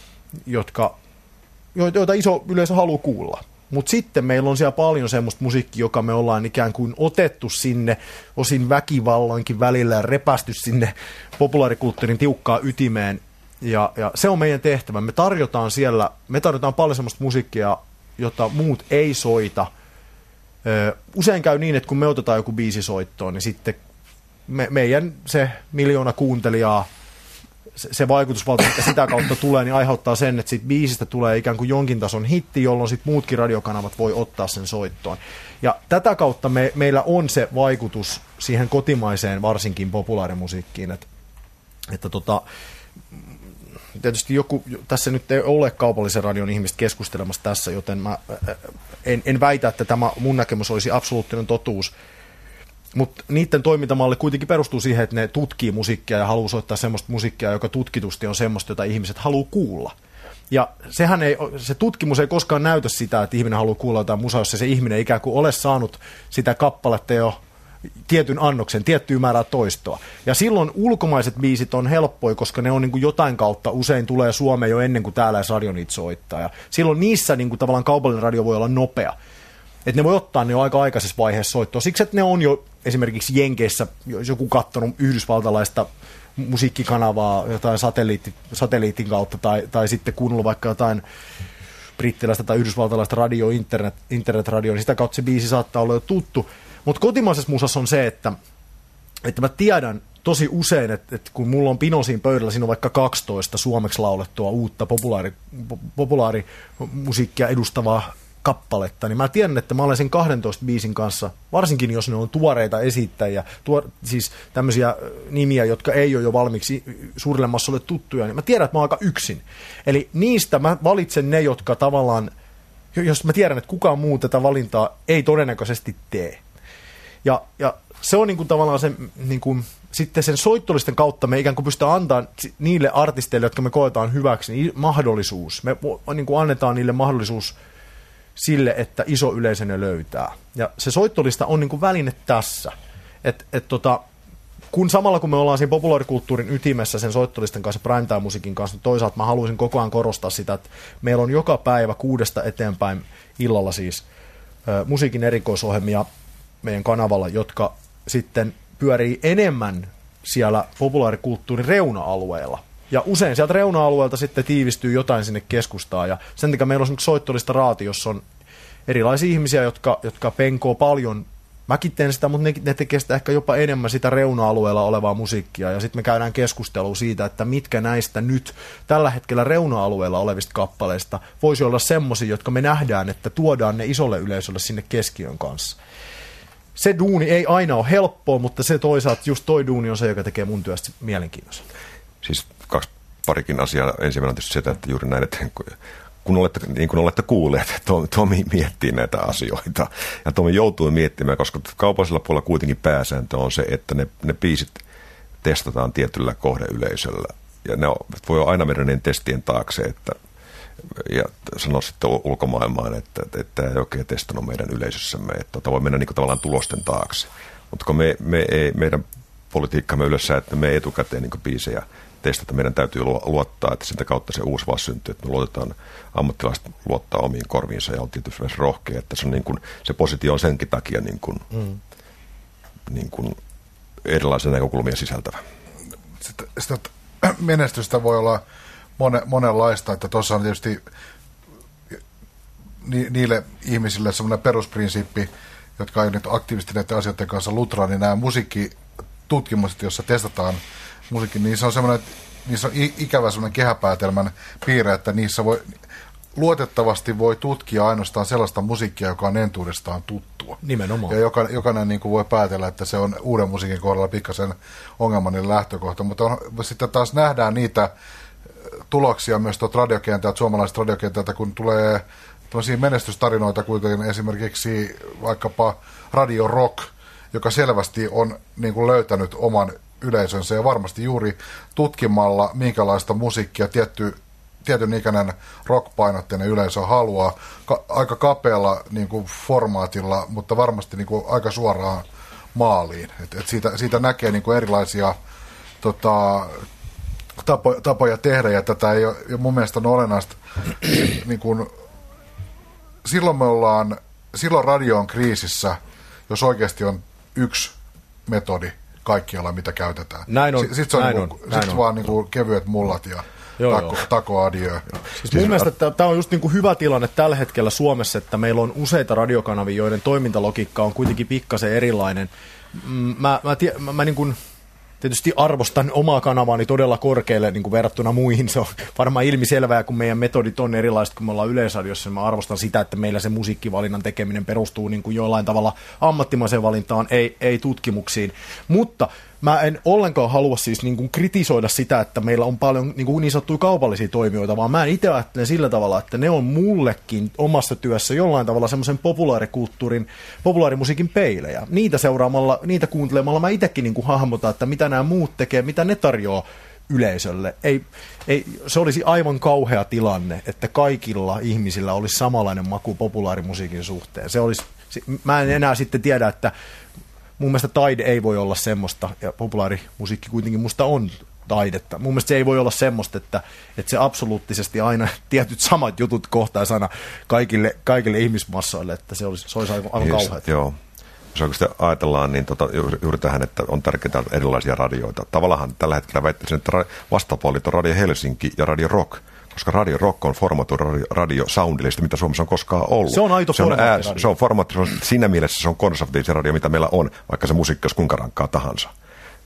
joita iso yleisö haluaa kuulla. Mutta sitten meillä on siellä paljon semmoista musiikkia, joka me ollaan ikään kuin otettu sinne, osin väkivallankin välillä ja repästy sinne populaarikulttuurin tiukkaan ytimeen. Ja se on meidän tehtävä. Me tarjotaan paljon semmoista musiikkia, jota muut ei soita. Usein käy niin, että kun me otetaan joku biisi soittoon, niin sitten meidän se 1 miljoona kuuntelijaa, se vaikutusvalta, että sitä kautta tulee, niin aiheuttaa sen, että siitä biisistä tulee ikään kuin jonkin tason hitti, jolloin sitten muutkin radiokanavat voi ottaa sen soittoon. Ja tätä kautta meillä on se vaikutus siihen kotimaiseen, varsinkin populaarimusiikkiin, että tietysti tässä nyt ei ole kaupallisen radion ihmistä keskustelemassa tässä, joten mä en väitä, että tämä mun näkemys olisi absoluuttinen totuus. Mutta niiden toimintamalli kuitenkin perustuu siihen, että ne tutkii musiikkia ja haluaa soittaa semmoista musiikkia, joka tutkitusti on semmoista, jota ihmiset haluaa kuulla. Ja se tutkimus ei koskaan näytä sitä, että ihminen haluaa kuulla jotain musaa, jos se ihminen ikään kuin ole saanut sitä kappaletta jo tietyn annoksen, tiettyä määrää toistoa. Ja silloin ulkomaiset biisit on helppoja, koska ne on niin kuin jotain kautta usein tulee Suomeen jo ennen kuin täällä edes radio niitä soittaa. Ja silloin niissä niin kuin tavallaan kaupallinen radio voi olla nopea. Että ne voi ottaa ne jo aika aikaisessa vaiheessa soittoa. Siksi, että ne on jo esimerkiksi Jenkeissä, jos joku katsonut yhdysvaltalaista musiikkikanavaa jotain satelliitin kautta tai sitten kuunnellut vaikka jotain brittiläistä tai yhdysvaltalaista internetradioa, niin sitä kautta se biisi saattaa olla jo tuttu. Mutta kotimaisessa musassa on se, että mä tiedän tosi usein, että kun mulla on pino siinä pöydällä, siinä on vaikka 12 suomeksi laulettua uutta populaarimusiikkia edustavaa kappaletta, niin mä tiedän, että mä olen sen 12 biisin kanssa, varsinkin jos ne on tuoreita esittäjiä, siis tämmöisiä nimiä, jotka ei ole jo valmiiksi suurelle massalle tuttuja, niin mä tiedän, että mä oon aika yksin. Eli niistä mä valitsen ne, jotka tavallaan, jos mä tiedän, että kukaan muu tätä valintaa ei todennäköisesti tee. Ja se on niin kuin tavallaan se, niin kuin, sitten sen soittolisten kautta me ikään kuin pystytään antamaan niille artisteille, jotka me koetaan hyväksi, niin mahdollisuus. Me niin kuin annetaan niille mahdollisuus sille, että iso yleisö ne löytää. Ja se soittolista on niin kuin väline tässä. Kun samalla kun me ollaan siinä populaarikulttuurin ytimessä sen soittolistan kanssa, primetime-musiikin kanssa, niin toisaalta mä haluaisin koko ajan korostaa sitä, että meillä on joka päivä 6 eteenpäin illalla siis musiikin erikoisohjelmia meidän kanavalla, jotka sitten pyörii enemmän siellä populaarikulttuurin reuna-alueella. Ja usein sieltä reuna-alueelta sitten tiivistyy jotain sinne keskustaan. Ja sen takia meillä on soittolista raati, jossa on erilaisia ihmisiä, jotka penkoo paljon. Mäkin teen sitä, mutta ne tekee sitä ehkä jopa enemmän sitä reuna-alueella olevaa musiikkia. Ja sitten me käydään keskustelua siitä, että mitkä näistä nyt tällä hetkellä reuna-alueella olevista kappaleista voisi olla semmoisia, jotka me nähdään, että tuodaan ne isolle yleisölle sinne keskiön kanssa. Se duuni ei aina ole helppoa, mutta se toisaalta just toi duuni on se, joka tekee mun työstä mielenkiintoisen. Siis parikin asiaa. Ensimmäinen on tietysti sitä, että juuri näin, että kun olette kuulleet, Tomi miettii näitä asioita. Ja Tomi joutuu miettimään, koska kaupallisella puolella kuitenkin pääsääntö on se, että ne biisit testataan tietyllä kohdeyleisöllä. Ja ne voi aina mennä niin testien taakse, ja sanoa sitten ulkomaailmaan, että ei oikein testannut meidän yleisössämme, että voi mennä niin kuin tavallaan tulosten taakse. Mutta kun meidän politiikkamme yleensä, että me ei etukäteen niin kuin biisejä testata, meidän täytyy luottaa, että sitä kautta se uusi vaan syntyy, että me luotetaan, ammattilaiset luottaa omiin korviinsa ja on tietysti myös rohkea, että se, on niin kuin, se positio on senkin takia niin kuin erilaisia näkökulmia sisältävä. Sitä menestystä voi olla monenlaista, että tuossa on tietysti niille ihmisille semmoinen perusprinsiippi, jotka ei nyt aktiivisesti näiden asioiden kanssa lutraa, niin nämä musiikkitutkimukset, joissa testataan musiikki, niin se on semmoinen, niissä on ikävä semmoinen kehäpäätelmän piirre, että niissä luotettavasti voi tutkia ainoastaan sellaista musiikkia, joka on entuudestaan tuttua. Nimenomaan. Ja jokainen niin kuin voi päätellä, että se on uuden musiikin kohdalla pikkasen ongelmallinen lähtökohta, mutta sitten taas nähdään niitä tuloksia myös tuolta radiokentältä, suomalaiset radiokentältä, kun tulee tämmöisiä menestystarinoita, kuten esimerkiksi vaikkapa Radio Rock, joka selvästi on niin kuin löytänyt oman yleisönsä ja varmasti juuri tutkimalla, minkälaista musiikkia tietyn ikäinen rock-painotteinen yleisö haluaa, aika kapealla niin kuin formaatilla, mutta varmasti niin kuin aika suoraan maaliin. Siitä näkee niin kuin erilaisia tapoja tehdä, ja tätä ei ole, ja mun mielestä on olennaista. Niin kuin, silloin radio on kriisissä, jos oikeasti on yksi metodi kaikkialla, mitä käytetään. Näin on. Sitten se on niin kuin kevyet mullat ja tako adieu. Siis mun mielestä tämä on just niin kuin hyvä tilanne tällä hetkellä Suomessa, että meillä on useita radiokanavia, joiden toimintalogiikka on kuitenkin pikkasen erilainen. Mä niin kuin tietysti arvostan omaa kanavaani todella korkealle niin kuin verrattuna muihin. Se on varmaan ilmiselvää, kun meidän metodit on erilaiset, kun me ollaan Yleisradiossa. Mä arvostan sitä, että meillä se musiikkivalinnan tekeminen perustuu niin kuin jollain tavalla ammattimaiseen valintaan, ei tutkimuksiin. Mutta mä en ollenkaan halua siis niin kuin kritisoida sitä, että meillä on paljon niin sanottuja kaupallisia toimijoita, vaan mä itse ajattelen sillä tavalla, että ne on mullekin omassa työssä jollain tavalla semmoisen populaarimusiikin peilejä. Niitä seuraamalla, niitä kuuntelemalla mä itsekin niin kuin hahmotan, että mitä nämä muut tekee, mitä ne tarjoaa yleisölle. Se olisi aivan kauhea tilanne, että kaikilla ihmisillä olisi samanlainen maku populaarimusiikin suhteen. Mä en enää sitten tiedä, että mun mielestä taide ei voi olla semmoista, ja populaarimusiikki kuitenkin musta on taidetta. Mun mielestä se ei voi olla semmoista, että se absoluuttisesti aina tietyt samat jutut kohtaisi aina kaikille ihmismassoille, että se olisi aivan kauheata. Joo. Jos oikeasti ajatellaan, niin juuri tähän, että on tärkeää erilaisia radioita. Tavallaan tällä hetkellä väittäisin, että vastapuolit on Radio Helsinki ja Radio Rock, koska Radio Rock on formatoitu radio soundillista, mitä Suomessa on koskaan ollut. Se on aito formaatti. Se on formaatti, siinä mielessä se on konservatiivinen radio, mitä meillä on, vaikka se musiikki olisi kuinka rankkaa tahansa.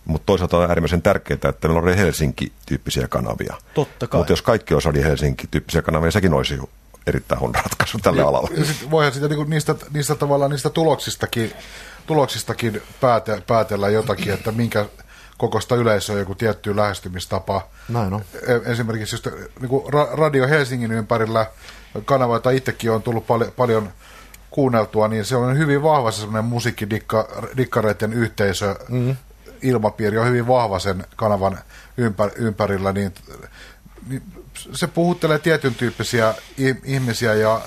Mutta toisaalta on äärimmäisen tärkeää, että meillä on Helsinki-tyyppisiä kanavia. Totta kai. Mutta jos kaikki olisi Radio Helsinki-tyyppisiä kanavia, sekin olisi jo erittäin huono ratkaisu tälle alalle. Voihan sitä niin niistä tuloksistakin päätellä jotakin, että minkä kokoista yleisöä joku tietty lähestymistapa. Näin on. Esimerkiksi just, niin kuin Radio Helsingin ympärillä kanava, jota itsekin on tullut paljon kuunneltua, niin se on hyvin vahva se semmoinen musiikkidikkareiden yhteisö, ilmapiiri on hyvin vahva sen kanavan ympärillä, niin se puhuttelee tietyn tyyppisiä ihmisiä ja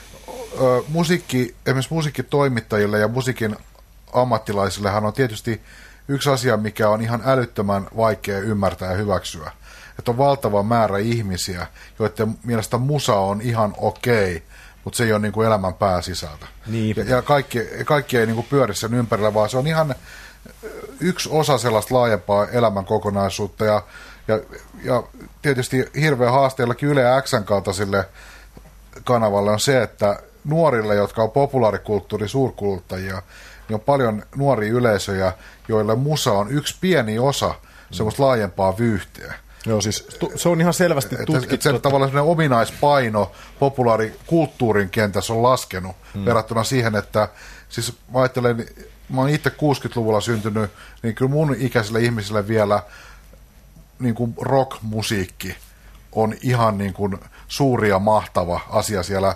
esimerkiksi musiikkitoimittajille ja musiikin ammattilaisillehan on tietysti yksi asia, mikä on ihan älyttömän vaikea ymmärtää ja hyväksyä. Että on valtava määrä ihmisiä, joiden mielestä musa on ihan okei, mutta se ei ole niin kuin elämän pääsisältä. Niin. Ja kaikki ei niin kuin pyöri sen ympärillä, vaan se on ihan yksi osa sellaista laajempaa elämän kokonaisuutta. Ja tietysti hirveän haasteellakin Yle X:n kaltaisille kanavalle on se, että nuorille, jotka on populaarikulttuuri suurkuluttajia, niin on paljon nuoria yleisöjä, joille musa on yksi pieni osa semmoista laajempaa vyyhteä. Joo, siis se on ihan selvästi tutkittu. Sen tavallaan semmoinen ominaispaino populaarikulttuurin kentässä on laskenut verrattuna siihen, että siis mä ajattelen, mä oon itse 60-luvulla syntynyt, niin kyllä mun ikäisille ihmisille vielä niin kuin rock-musiikki on ihan niin kuin suuri ja mahtava asia siellä.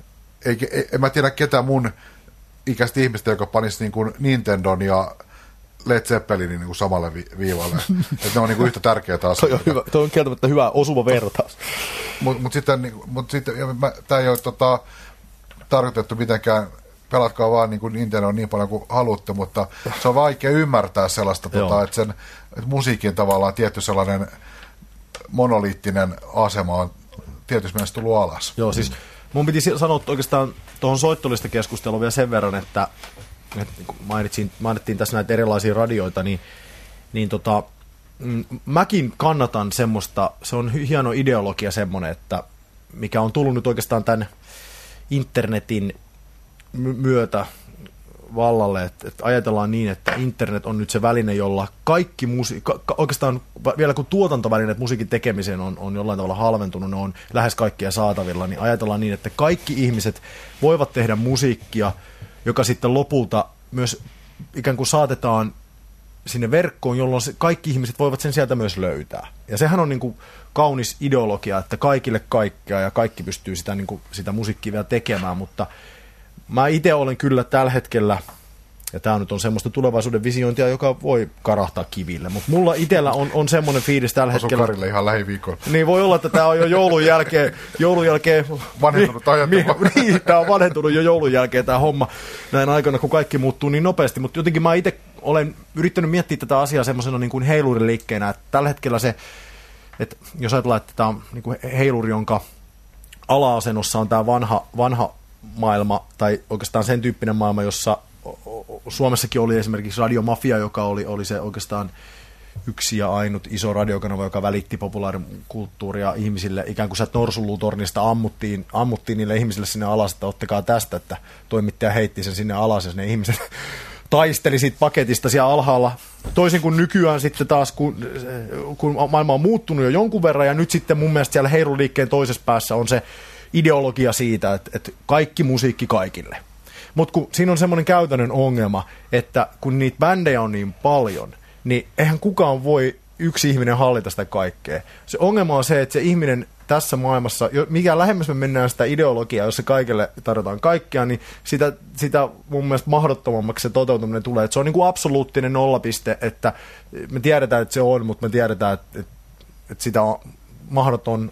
En mä tiedä ketään mun ikäistä ihmistä, joka panisi niin kuin Nintendon ja Led Zeppelinin niin kuin samalle viivalle. Että ne on niin kuin yhtä tärkeitä asioita. Tuo on kieltämättä hyvä osuva vertaus. Mutta sitten tämä ei ole tarkoitettu mitenkään, pelatkaa vaan niin kuin Nintendo niin paljon kuin haluatte, mutta se on vaikea ymmärtää sellaista, että musiikin tavallaan tietty sellainen monoliittinen asema on tietysti mielessä tullut alas. Joo, siis mun piti sanoa oikeastaan tuohon soittolista keskusteluun vielä sen verran, että mainittiin tässä näitä erilaisia radioita, niin mäkin kannatan semmoista, se on hieno ideologia semmoinen, että mikä on tullut nyt oikeastaan tämän internetin myötä vallalle, että ajatellaan niin, että internet on nyt se väline, jolla kaikki oikeastaan vielä kun tuotantovälineet musiikin tekemiseen on jollain tavalla halventunut, ne on lähes kaikkia saatavilla, niin ajatellaan niin, että kaikki ihmiset voivat tehdä musiikkia, joka sitten lopulta myös ikään kuin saatetaan sinne verkkoon, jolloin kaikki ihmiset voivat sen sieltä myös löytää. Ja sehän on niin kuin kaunis ideologia, että kaikille kaikkea ja kaikki pystyy sitä, niin kuin, sitä musiikkia vielä tekemään, mutta mä itse olen kyllä tällä hetkellä, ja tämä nyt on semmoista tulevaisuuden visiointia, joka voi karahtaa kiville, mutta mulla itsellä on semmoinen fiilis tällä hetkellä. Karille ihan lähiviikolla. Niin voi olla, että tämä on jo joulun jälkeen vanhentunut ajattelu. Niin, tämä on vanhentunut jo joulun jälkeen tämä homma näin aikana, kun kaikki muuttuu niin nopeasti, mutta jotenkin mä itse olen yrittänyt miettiä tätä asiaa semmoisena niin kuin heiluriliikkeenä, että tällä hetkellä se, että jos ajatellaan, että tämä on niin kuin heiluri, jonka ala-asennossa on tämä vanha maailma, tai oikeastaan sen tyyppinen maailma, jossa Suomessakin oli esimerkiksi Radiomafia, joka oli se oikeastaan yksi ja ainut iso radiokanava, joka välitti populaarikulttuuria ihmisille. Ikään kuin sieltä Norsunluutornista ammuttiin niille ihmisille sinne alas, että ottakaa tästä, että toimittaja heitti sen sinne alas, ja ne ihmiset taisteli siitä paketista siellä alhaalla. Toisin kuin nykyään sitten taas, kun maailma on muuttunut jo jonkun verran, ja nyt sitten mun mielestä siellä heiluliikkeen toisessa päässä on se ideologia siitä, että kaikki musiikki kaikille. Mutta kun siinä on semmoinen käytännön ongelma, että kun niitä bändejä on niin paljon, niin eihän kukaan voi yksi ihminen hallita sitä kaikkea. Se ongelma on se, että se ihminen tässä maailmassa, mikä lähemmäs me mennään sitä ideologiaa, jos se kaikille tarjotaan kaikkea, niin sitä mun mielestä mahdottomammaksi se toteutuminen tulee. Että se on niin kuin absoluuttinen nollapiste, että me tiedetään, että se on, mutta me tiedetään, että sitä on mahdoton,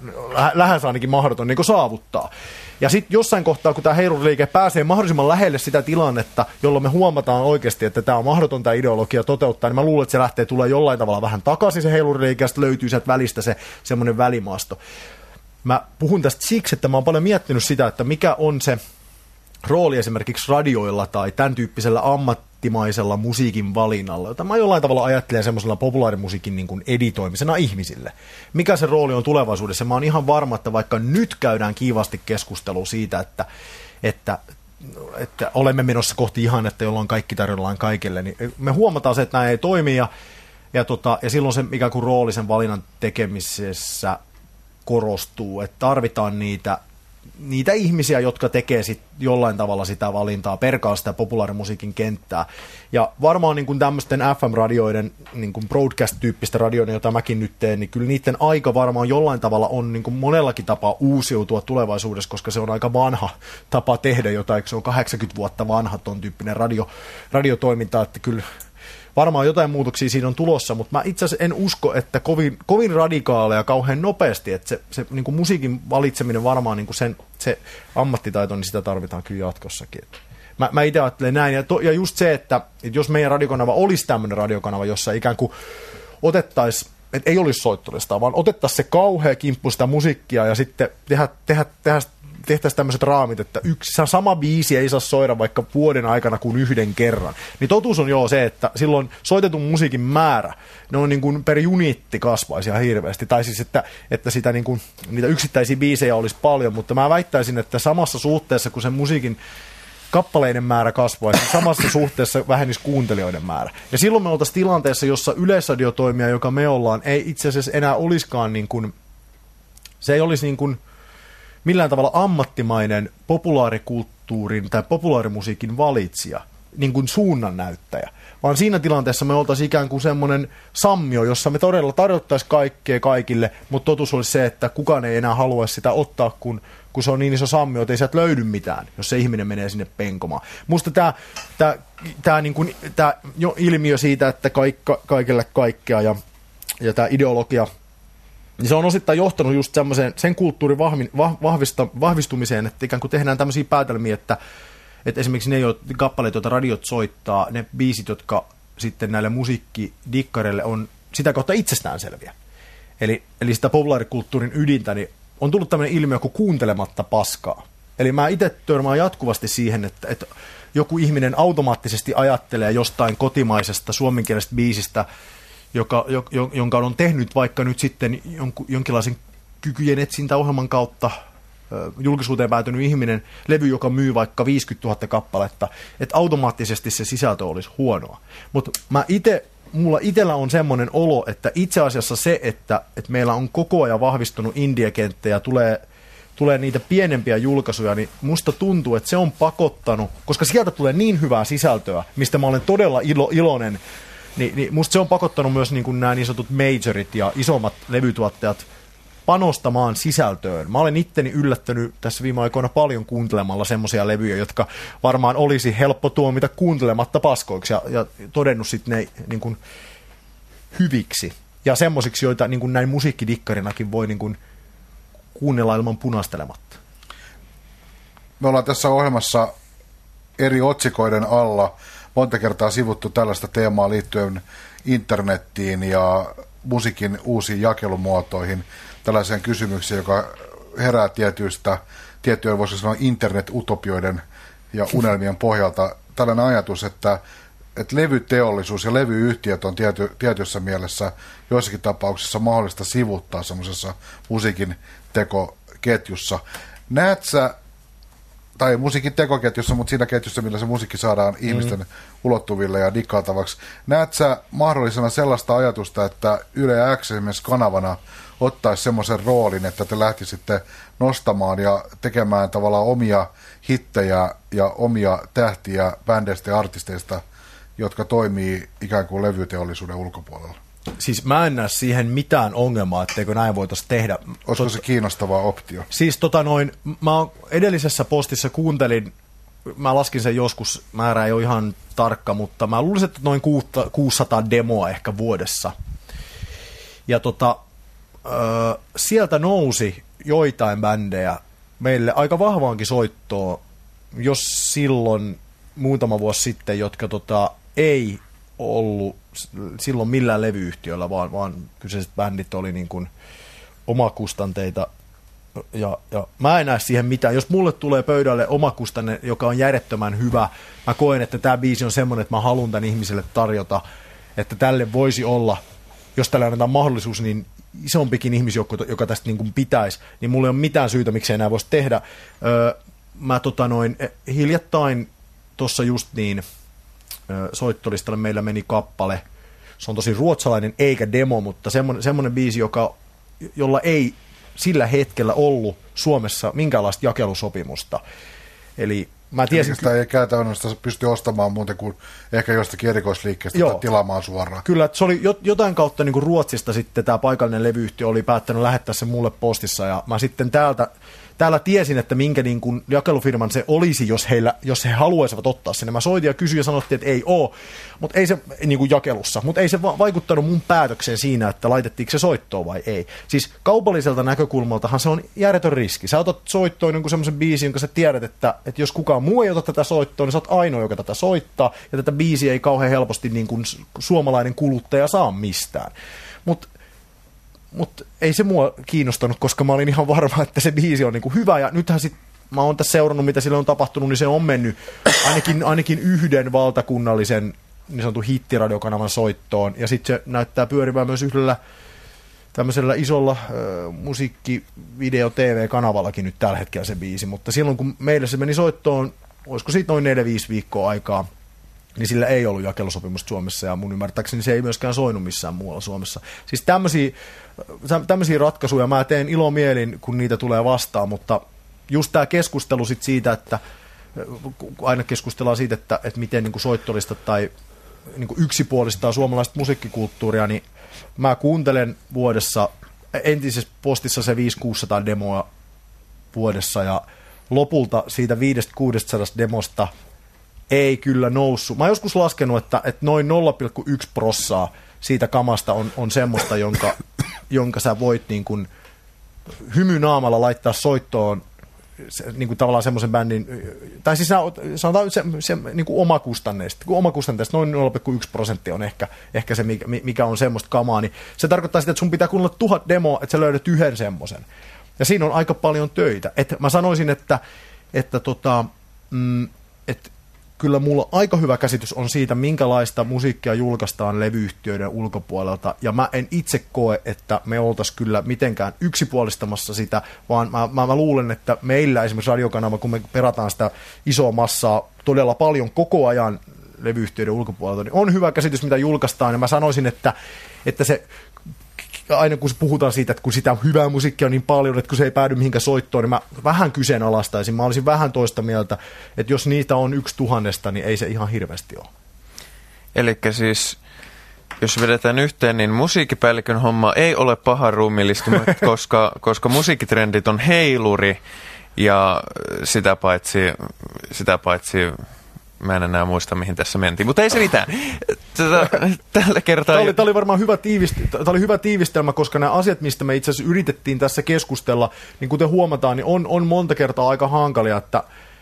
lähes ainakin mahdoton niin kuin saavuttaa. Ja sitten jossain kohtaa, kun tämä heiluriliike pääsee mahdollisimman lähelle sitä tilannetta, jolloin me huomataan oikeasti, että tämä on mahdoton tämä ideologia toteuttaa, niin mä luulen, että se tulee jollain tavalla vähän takaisin se heiluriliike, ja sitten löytyy sieltä välistä se semmoinen välimaasto. Mä puhun tästä siksi, että mä oon paljon miettinyt sitä, että mikä on se rooli esimerkiksi radioilla tai tämän tyyppisellä ammattimaisella musiikin valinnalla, jota mä jollain tavalla ajattelen semmoisella populaarimusiikin niin kuin editoimisena ihmisille. Mikä se rooli on tulevaisuudessa? Mä oon ihan varma, että vaikka nyt käydään kiivasti keskustelua siitä, että että olemme menossa kohti ihannetta, jolloin kaikki tarjoillaan kaikille, niin me huomataan se, että nämä ei toimi, ja silloin se ikään kuin rooli sen valinnan tekemisessä korostuu, että tarvitaan niitä ihmisiä, jotka tekee jollain tavalla sitä valintaa, perkaa sitä populaarimusiikin kenttää. Ja varmaan niin kuin tämmöisten FM-radioiden, niin kuin broadcast-tyyppistä radioiden, jota mäkin nyt teen, niin kyllä niiden aika varmaan jollain tavalla on niin kuin monellakin tapaa uusiutua tulevaisuudessa, koska se on aika vanha tapa tehdä jotain, se on 80 vuotta vanha ton tyyppinen radiotoiminta, että kyllä varmaan jotain muutoksia siinä on tulossa, mutta mä itse asiassa en usko, että kovin radikaaleja kauhean nopeasti, että se niin kuin musiikin valitseminen varmaan niin kuin se ammattitaito, niin sitä tarvitaan kyllä jatkossakin. Mä itse ajattelen näin, ja just se, että jos meidän radiokanava olisi tämmöinen radiokanava, jossa ikään kuin otettaisiin, että ei olisi soittolistaa, vaan otettaisiin se kauhea kimppu sitä musiikkia ja sitten tehtäisiin tämmöiset raamit, että sama biisi ei saa soida vaikka vuoden aikana kuin yhden kerran. Niin totuus on se, että silloin soitetun musiikin määrä, ne on niin kuin per uniitti kasvaisi ihan hirveästi. Tai siis, että sitä niin kuin, niitä yksittäisiä biisejä olisi paljon, mutta mä väittäisin, että samassa suhteessa, kun sen musiikin kappaleiden määrä kasvaisi, niin samassa suhteessa vähennisi kuuntelijoiden määrä. Ja silloin me oltaisiin tilanteessa, jossa yleisradiotoimija, joka me ollaan, ei itse asiassa enää olisikaan niin kuin, se ei olisi niin kuin millään tavalla ammattimainen populaarikulttuurin tai populaarimusiikin valitsija, niin kuin suunnannäyttäjä, vaan siinä tilanteessa me oltaisiin ikään kuin semmoinen sammio, jossa me todella tarjottaisiin kaikkea kaikille, mutta totuus olisi se, että kukaan ei enää halua sitä ottaa, kun se on niin iso sammio, että ei sieltä löydy mitään, jos se ihminen menee sinne penkomaan. Musta tämä ilmiö siitä, että kaikille kaikkea ja tämä ideologia, niin se on osittain johtanut just sen kulttuurin vahvistumiseen, että ikään kuin tehdään tämmöisiä päätelmiä, että esimerkiksi ne kappaleet, joita radiot soittaa, ne biisit, jotka sitten näille musiikkidikkareille on sitä kautta itsestäänselviä. Eli sitä populaarikulttuurin ydintä, niin on tullut tämmöinen ilmiö kuin kuuntelematta paskaa. Eli mä itse törmään jatkuvasti siihen, että joku ihminen automaattisesti ajattelee jostain kotimaisesta suomenkielisestä biisistä, jonka on tehnyt vaikka nyt sitten jonkinlaisen kykyjen etsintäohjelman kautta julkisuuteen päätynyt ihminen, levy, joka myy vaikka 50 000 kappaletta, että automaattisesti se sisältö olisi huonoa. Mutta mulla itsellä on semmoinen olo, että itse asiassa se, että meillä on koko ajan vahvistunut indie-kenttä ja tulee niitä pienempiä julkaisuja, niin musta tuntuu, että se on pakottanut, koska sieltä tulee niin hyvää sisältöä, mistä mä olen todella iloinen, niin musta se on pakottanut myös niin kuin nämä niin sanotut majorit ja isommat levytuottajat panostamaan sisältöön. Mä olen itteni yllättänyt tässä viime aikoina paljon kuuntelemalla semmoisia levyjä, jotka varmaan olisi helppo tuomita kuuntelematta paskoiksi ja todennut sitten ne niin kuin hyviksi. Ja semmoisiksi, joita niin kuin näin musiikkidikkarinakin voi niin kuin kuunnella ilman punastelematta. Me ollaan tässä ohjelmassa eri otsikoiden alla monta kertaa sivuttu tällaista teemaa liittyen internettiin ja musiikin uusiin jakelumuotoihin. Tällaiseen kysymykseen, joka herää tiettyjen voisi sanoa internet-utopioiden ja unelmien pohjalta. Tällainen ajatus, että levyteollisuus ja levyyhtiöt on tietyssä mielessä joissakin tapauksissa mahdollista sivuttaa semmoisessa musiikin tekoketjussa. Näet sä, tai musiikin tekoketjussa, mutta siinä ketjussa, millä se musiikki saadaan ihmisten ulottuville ja dikkaatavaksi. Näet sä mahdollisena sellaista ajatusta, että Yle X esimerkiksi kanavana ottaisi semmoisen roolin, että te lähtisitte nostamaan ja tekemään tavallaan omia hittejä ja omia tähtiä bändeistä ja artisteista, jotka toimii ikään kuin levyteollisuuden ulkopuolella? Siis mä en näe siihen mitään ongelmaa, etteikö näin voitaisiin tehdä. Olisiko se kiinnostava optio? Siis mä edellisessä postissa kuuntelin, mä laskin sen joskus, määrä ei ole ihan tarkka, mutta mä luulisin, että noin 600 demoa ehkä vuodessa. Ja sieltä nousi joitain bändejä meille aika vahvaankin soittoa, jos silloin muutama vuosi sitten, jotka ei ollut silloin millään levyyhtiöllä, vaan kyseiset bändit oli niin kuin omakustanteita. Ja mä en näe siihen mitään. Jos mulle tulee pöydälle omakustanne, joka on järjettömän hyvä, mä koen, että tämä biisi on semmoinen, että mä haluan tämän ihmiselle tarjota, että tälle voisi olla, jos tälle annetaan mahdollisuus, niin isompikin ihmisjoukko, joka tästä niin kuin pitäisi, niin mulla ei ole mitään syytä, miksi enää voisi tehdä. mä hiljattain tuossa just niin soittolistalle meillä meni kappale, se on tosi ruotsalainen eikä demo, mutta semmoinen biisi, jolla ei sillä hetkellä ollut Suomessa minkäänlaista jakelusopimusta. Eli mä tiesin... Sitä ei käytännössä pysty ostamaan muuten kuin ehkä jostakin erikoisliikkeestä tai tilaamaan suoraan. Kyllä, että se oli jotain kautta niin kuin Ruotsista sitten tämä paikallinen levyyhtiö oli päättänyt lähettää sen mulle postissa, ja mä sitten täällä tiesin, että minkä niin kuin jakelufirman se olisi, jos he haluaisivat ottaa sen. Mä soitin ja kysyin ja sanottiin, että ei ole, mutta ei se niin kuin jakelussa, mutta ei se vaikuttanut mun päätökseen siinä, että laitettiinko se soittoon vai ei. Siis kaupalliselta näkökulmaltahan se on järjetön riski. Sä otat soittoon jonkun semmoisen biisin, jonka sä tiedät, että jos kukaan muu ei ota tätä soittoon, niin sä oot ainoa, joka tätä soittaa, ja tätä biisiä ei kauhean helposti niin kuin suomalainen kuluttaja saa mistään. Mutta ei se mua kiinnostanut, koska mä olin ihan varma, että se biisi on niinku hyvä. Ja nythän sitten mä oon tässä seurannut, mitä sille on tapahtunut, niin se on mennyt ainakin yhden valtakunnallisen niin sanotun hittiradiokanavan soittoon. Ja sitten se näyttää pyörivää myös yhdellä tämmöisellä isolla musiikkivideo TV-kanavallakin nyt tällä hetkellä se biisi. Mutta silloin kun meille se meni soittoon, olisiko siitä noin 4-5 viikkoa aikaa, niin sillä ei ollut jakelusopimusta Suomessa, ja mun ymmärtääkseni se ei myöskään soinut missään muualla Suomessa. Siis tämmöisiä ratkaisuja mä teen ilomielin, kun niitä tulee vastaan, mutta just tämä keskustelu sit siitä, että aina keskustellaan siitä, että miten niin kuin soittolistat tai niin kuin yksipuolistaa suomalaista musiikkikulttuuria, niin mä kuuntelen vuodessa, entisessä postissa se 500-600 demoa vuodessa, ja lopulta siitä 500-600 demosta ei kyllä noussut. Mä oon joskus laskenut, että noin 0,1% siitä kamasta on semmoista, jonka sä voit niin kuin hymynaamalla laittaa soittoon niin kuin tavallaan semmoisen bändin, tai siis sanotaan se niin kuin omakustanteista noin 0,1% on ehkä se, mikä on semmoista kamaa, niin se tarkoittaa sitä, että sun pitää kuunnella 1000 demoa, että sä löydät yhden semmoisen. Ja siinä on aika paljon töitä. Mä sanoisin, että kyllä mulla aika hyvä käsitys on siitä, minkälaista musiikkia julkaistaan levyyhtiöiden ulkopuolelta, ja mä en itse koe, että me oltaisiin kyllä mitenkään yksipuolistamassa sitä, vaan mä luulen, että meillä esimerkiksi radiokanava, kun me perataan sitä isoa massaa todella paljon koko ajan levyyhtiöiden ulkopuolelta, niin on hyvä käsitys, mitä julkaistaan, ja mä sanoisin, että se aina kun puhutaan siitä, että kun sitä hyvää musiikkia on niin paljon, että kun se ei päädy mihinkään soittoon, niin mä vähän kyseenalaistaisin. Mä olisin vähän toista mieltä, että jos niitä on 1000, niin ei se ihan hirveästi ole. Elikkä siis, jos vedetään yhteen, niin musiikkipäällikön homma ei ole paha ruumillistuma, koska musiikkitrendit on heiluri, ja sitä paitsi mä en enää muista, mihin tässä mentiin, mutta ei se mitään. Tällä kertaa... Tämä oli varmaan hyvä tiivistelmä, koska nämä asiat, mistä me itse asiassa yritettiin tässä keskustella, niin kuten huomataan, niin on monta kertaa aika hankalia, että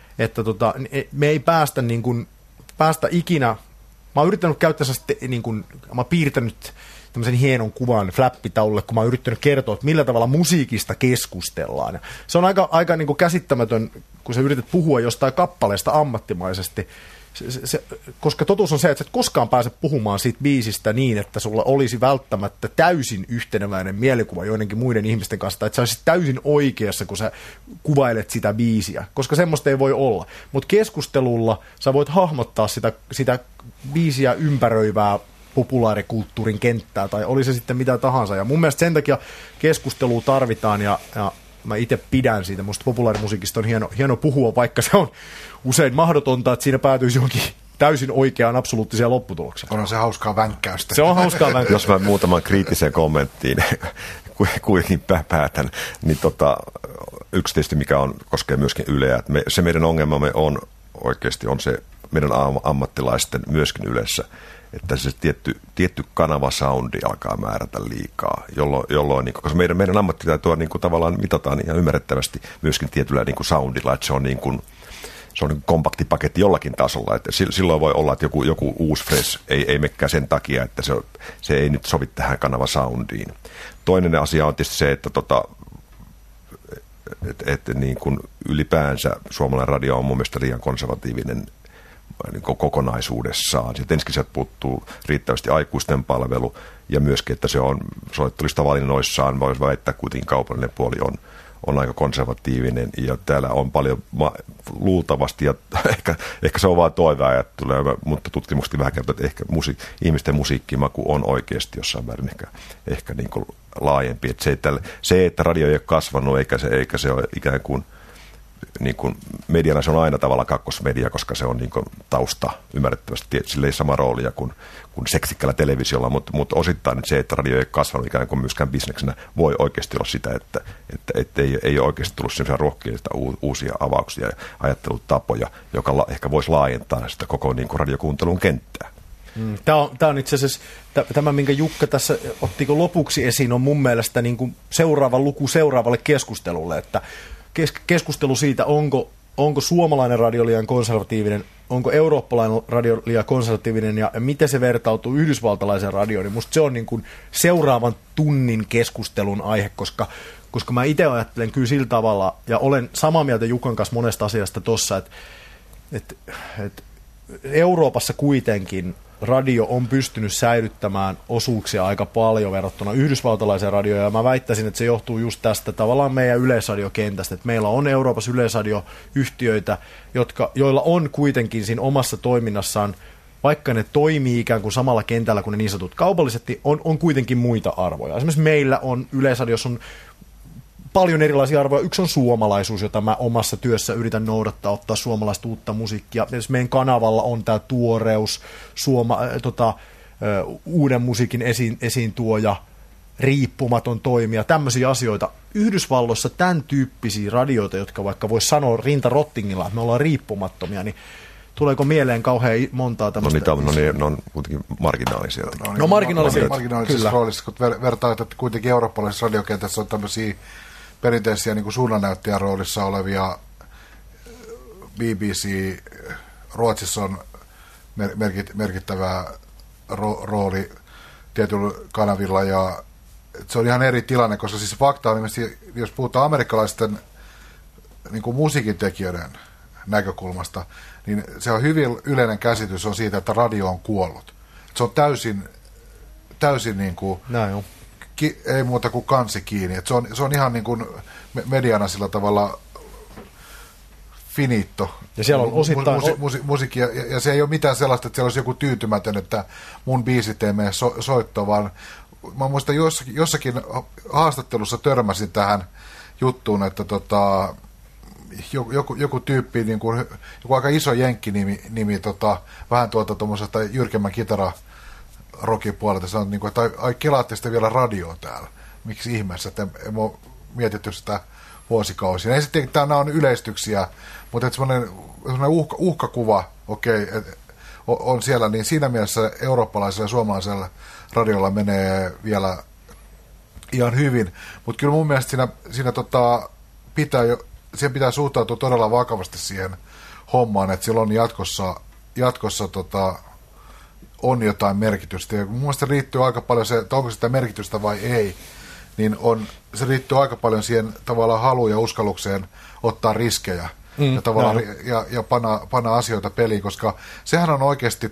me ei päästä ikinä... Mä oon yrittänyt käyttää mä oon piirtänyt tämmöisen hienon kuvan flappitaululle, kun mä oon yrittänyt kertoa, että millä tavalla musiikista keskustellaan. Se on aika niin kuin käsittämätön, kun sä yrität puhua jostain kappaleesta ammattimaisesti, koska totuus on se, että sä et koskaan pääse puhumaan siitä biisistä niin, että sulla olisi välttämättä täysin yhteneväinen mielikuva joidenkin muiden ihmisten kanssa, tai että sä olisit täysin oikeassa, kun sä kuvailet sitä biisiä, koska semmoista ei voi olla. Mutta keskustelulla sä voit hahmottaa sitä biisiä ympäröivää populaarikulttuurin kenttää, tai oli se sitten mitä tahansa. Ja mun mielestä sen takia keskustelua tarvitaan, ja mä itse pidän siitä. Musta populaarimusiikista on hieno puhua, vaikka se on usein mahdotonta, että siinä päätyisi johonkin täysin oikeaan absoluuttiseen lopputulokseen. On se hauskaa vänkkäystä. Se on hauskaa vänkkäystä. Jos mä muutaman kriittiseen kommenttiin kuitenkin päätän, niin yksi tietysti mikä koskee myöskin Yleä, että se meidän ongelmamme on oikeasti on se meidän ammattilaisten myöskin Ylessä, että se tietty kanavasoundi alkaa määrätä liikaa, jolloin niin, koska meidän ammattitaitoa niin tavallaan mitataan ihan ymmärrettävästi myöskin tietyllä niin soundilla, että se on niin kompakti paketti jollakin tasolla, että silloin voi olla, että joku uusi fresh ei mekään sen takia, että se ei nyt sovi tähän kanavasoundiin. Toinen asia on tietysti se, että niin kuin ylipäänsä suomalainen radio on mun mielestä liian konservatiivinen niin kokonaisuudessaan. Sitten ensinnäkin sieltä puuttuu riittävästi aikuisten palvelu, ja myöskin, että se on soittolista valinnoissaan, voisi väittää kuitenkin kaupallinen puoli on aika konservatiivinen ja täällä on paljon luultavasti, ja ehkä se on vaan toiveajattelua, mutta tutkimukset vähän kertoo, että ehkä ihmisten musiikkimaku on oikeasti jossain määrin ehkä niin kuin laajempi. Että se, että radio ei ole kasvanut eikä se ole ikään kuin niin kuin mediana se on aina tavallaan kakkosmedia, koska se on niin kuin tausta ymmärrettävästi. Sillä ei sama roolia kuin seksikkällä televisiolla, mutta osittain se, että radio ei kasvanut ikään kuin myöskään bisneksenä, voi oikeasti olla sitä, että ei ole oikeasti tullut sellaisia rohkeita uusia avauksia ja ajattelutapoja, joka ehkä voisi laajentaa sitä koko niin kuin radiokuuntelun kenttää. Tämä on itse asiassa, tämä minkä Jukka tässä ottiko lopuksi esiin, on mun mielestä niin kuin seuraava luku seuraavalle keskustelulle, että keskustelu siitä, onko suomalainen radio liian konservatiivinen, onko eurooppalainen radio liian konservatiivinen ja miten se vertautuu yhdysvaltalaiseen radioon, niin musta se on niin kuin seuraavan tunnin keskustelun aihe, koska mä itse ajattelen kyllä sillä tavalla, ja olen samaa mieltä Jukan kanssa monesta asiasta tossa, että Euroopassa kuitenkin radio on pystynyt säilyttämään osuuksia aika paljon verrattuna yhdysvaltalaiseen radioon, ja mä väittäisin, että se johtuu just tästä tavallaan meidän yleisradiokentästä, että meillä on Euroopassa yleisradioyhtiöitä, joilla on kuitenkin siinä omassa toiminnassaan, vaikka ne toimii ikään kuin samalla kentällä kuin ne niin sanotut kaupallisesti, on kuitenkin muita arvoja. Esimerkiksi meillä on Yleisradiossa on paljon erilaisia arvoja. Yksi on suomalaisuus, jota mä omassa työssä yritän noudattaa, ottaa suomalaista uutta musiikkia. Meidän kanavalla on tämä tuoreus, uuden musiikin esiintuoja, riippumaton toimija, tämmöisiä asioita. Yhdysvalloissa tämän tyyppisiä radioita, jotka vaikka voisi sanoa rinta rottingilla, että me ollaan riippumattomia, niin tuleeko mieleen kauhean montaa tämmöistä? Ne on kuitenkin marginaalisia. Marginaalisissa roolissa, kun vertaat, että kuitenkin eurooppalaisessa radiokentässä on tämmöisiä perinteisiä niin kuin suunnannäyttäjän roolissa olevia. BBC, Ruotsissa on merkittävä rooli tietyllä kanavilla, ja se on ihan eri tilanne, koska siis fakta on ilmeisesti, jos puhutaan amerikkalaisten niin kuin musiikintekijöiden näkökulmasta, niin se on hyvin yleinen käsitys on siitä, että radio on kuollut. Se on täysin niin kuin, ei muuta kuin kansi kiinni. Et se on ihan niin kuin mediana sillä tavalla finito. Ja siellä on osittain musiikki, ja se ei ole mitään sellaista, että siellä olisi joku tyytymätön, että mun biisit ei mene soittoon, vaan mä muistan jossakin haastattelussa törmäsin tähän juttuun, että joku tyyppi, niin kuin, joku aika iso jenkkinimi, vähän tuommoisesta jyrkemmän kitararokin puolelta, sanoi, niin kuin, että ai kelaatte sitten vielä radioon täällä. Miksi ihmeessä, että en ole mietitty sitä vuosikausia. Ei sitten, nämä on yleistyksiä, mutta semmoinen uhkakuva, on siellä, niin siinä mielessä eurooppalaisella ja suomalaisella radiolla menee vielä ihan hyvin. Mutta kyllä mun mielestä siinä pitää suhtautua todella vakavasti siihen hommaan, että sillä on jatkossa on jotain merkitystä. Ja mun mielestä riittyy aika paljon se, että onko sitä merkitystä vai ei, niin se riittyy aika paljon siihen tavallaan haluun ja uskallukseen ottaa riskejä ja tavallaan ja panna asioita peliin, koska sehän on oikeasti,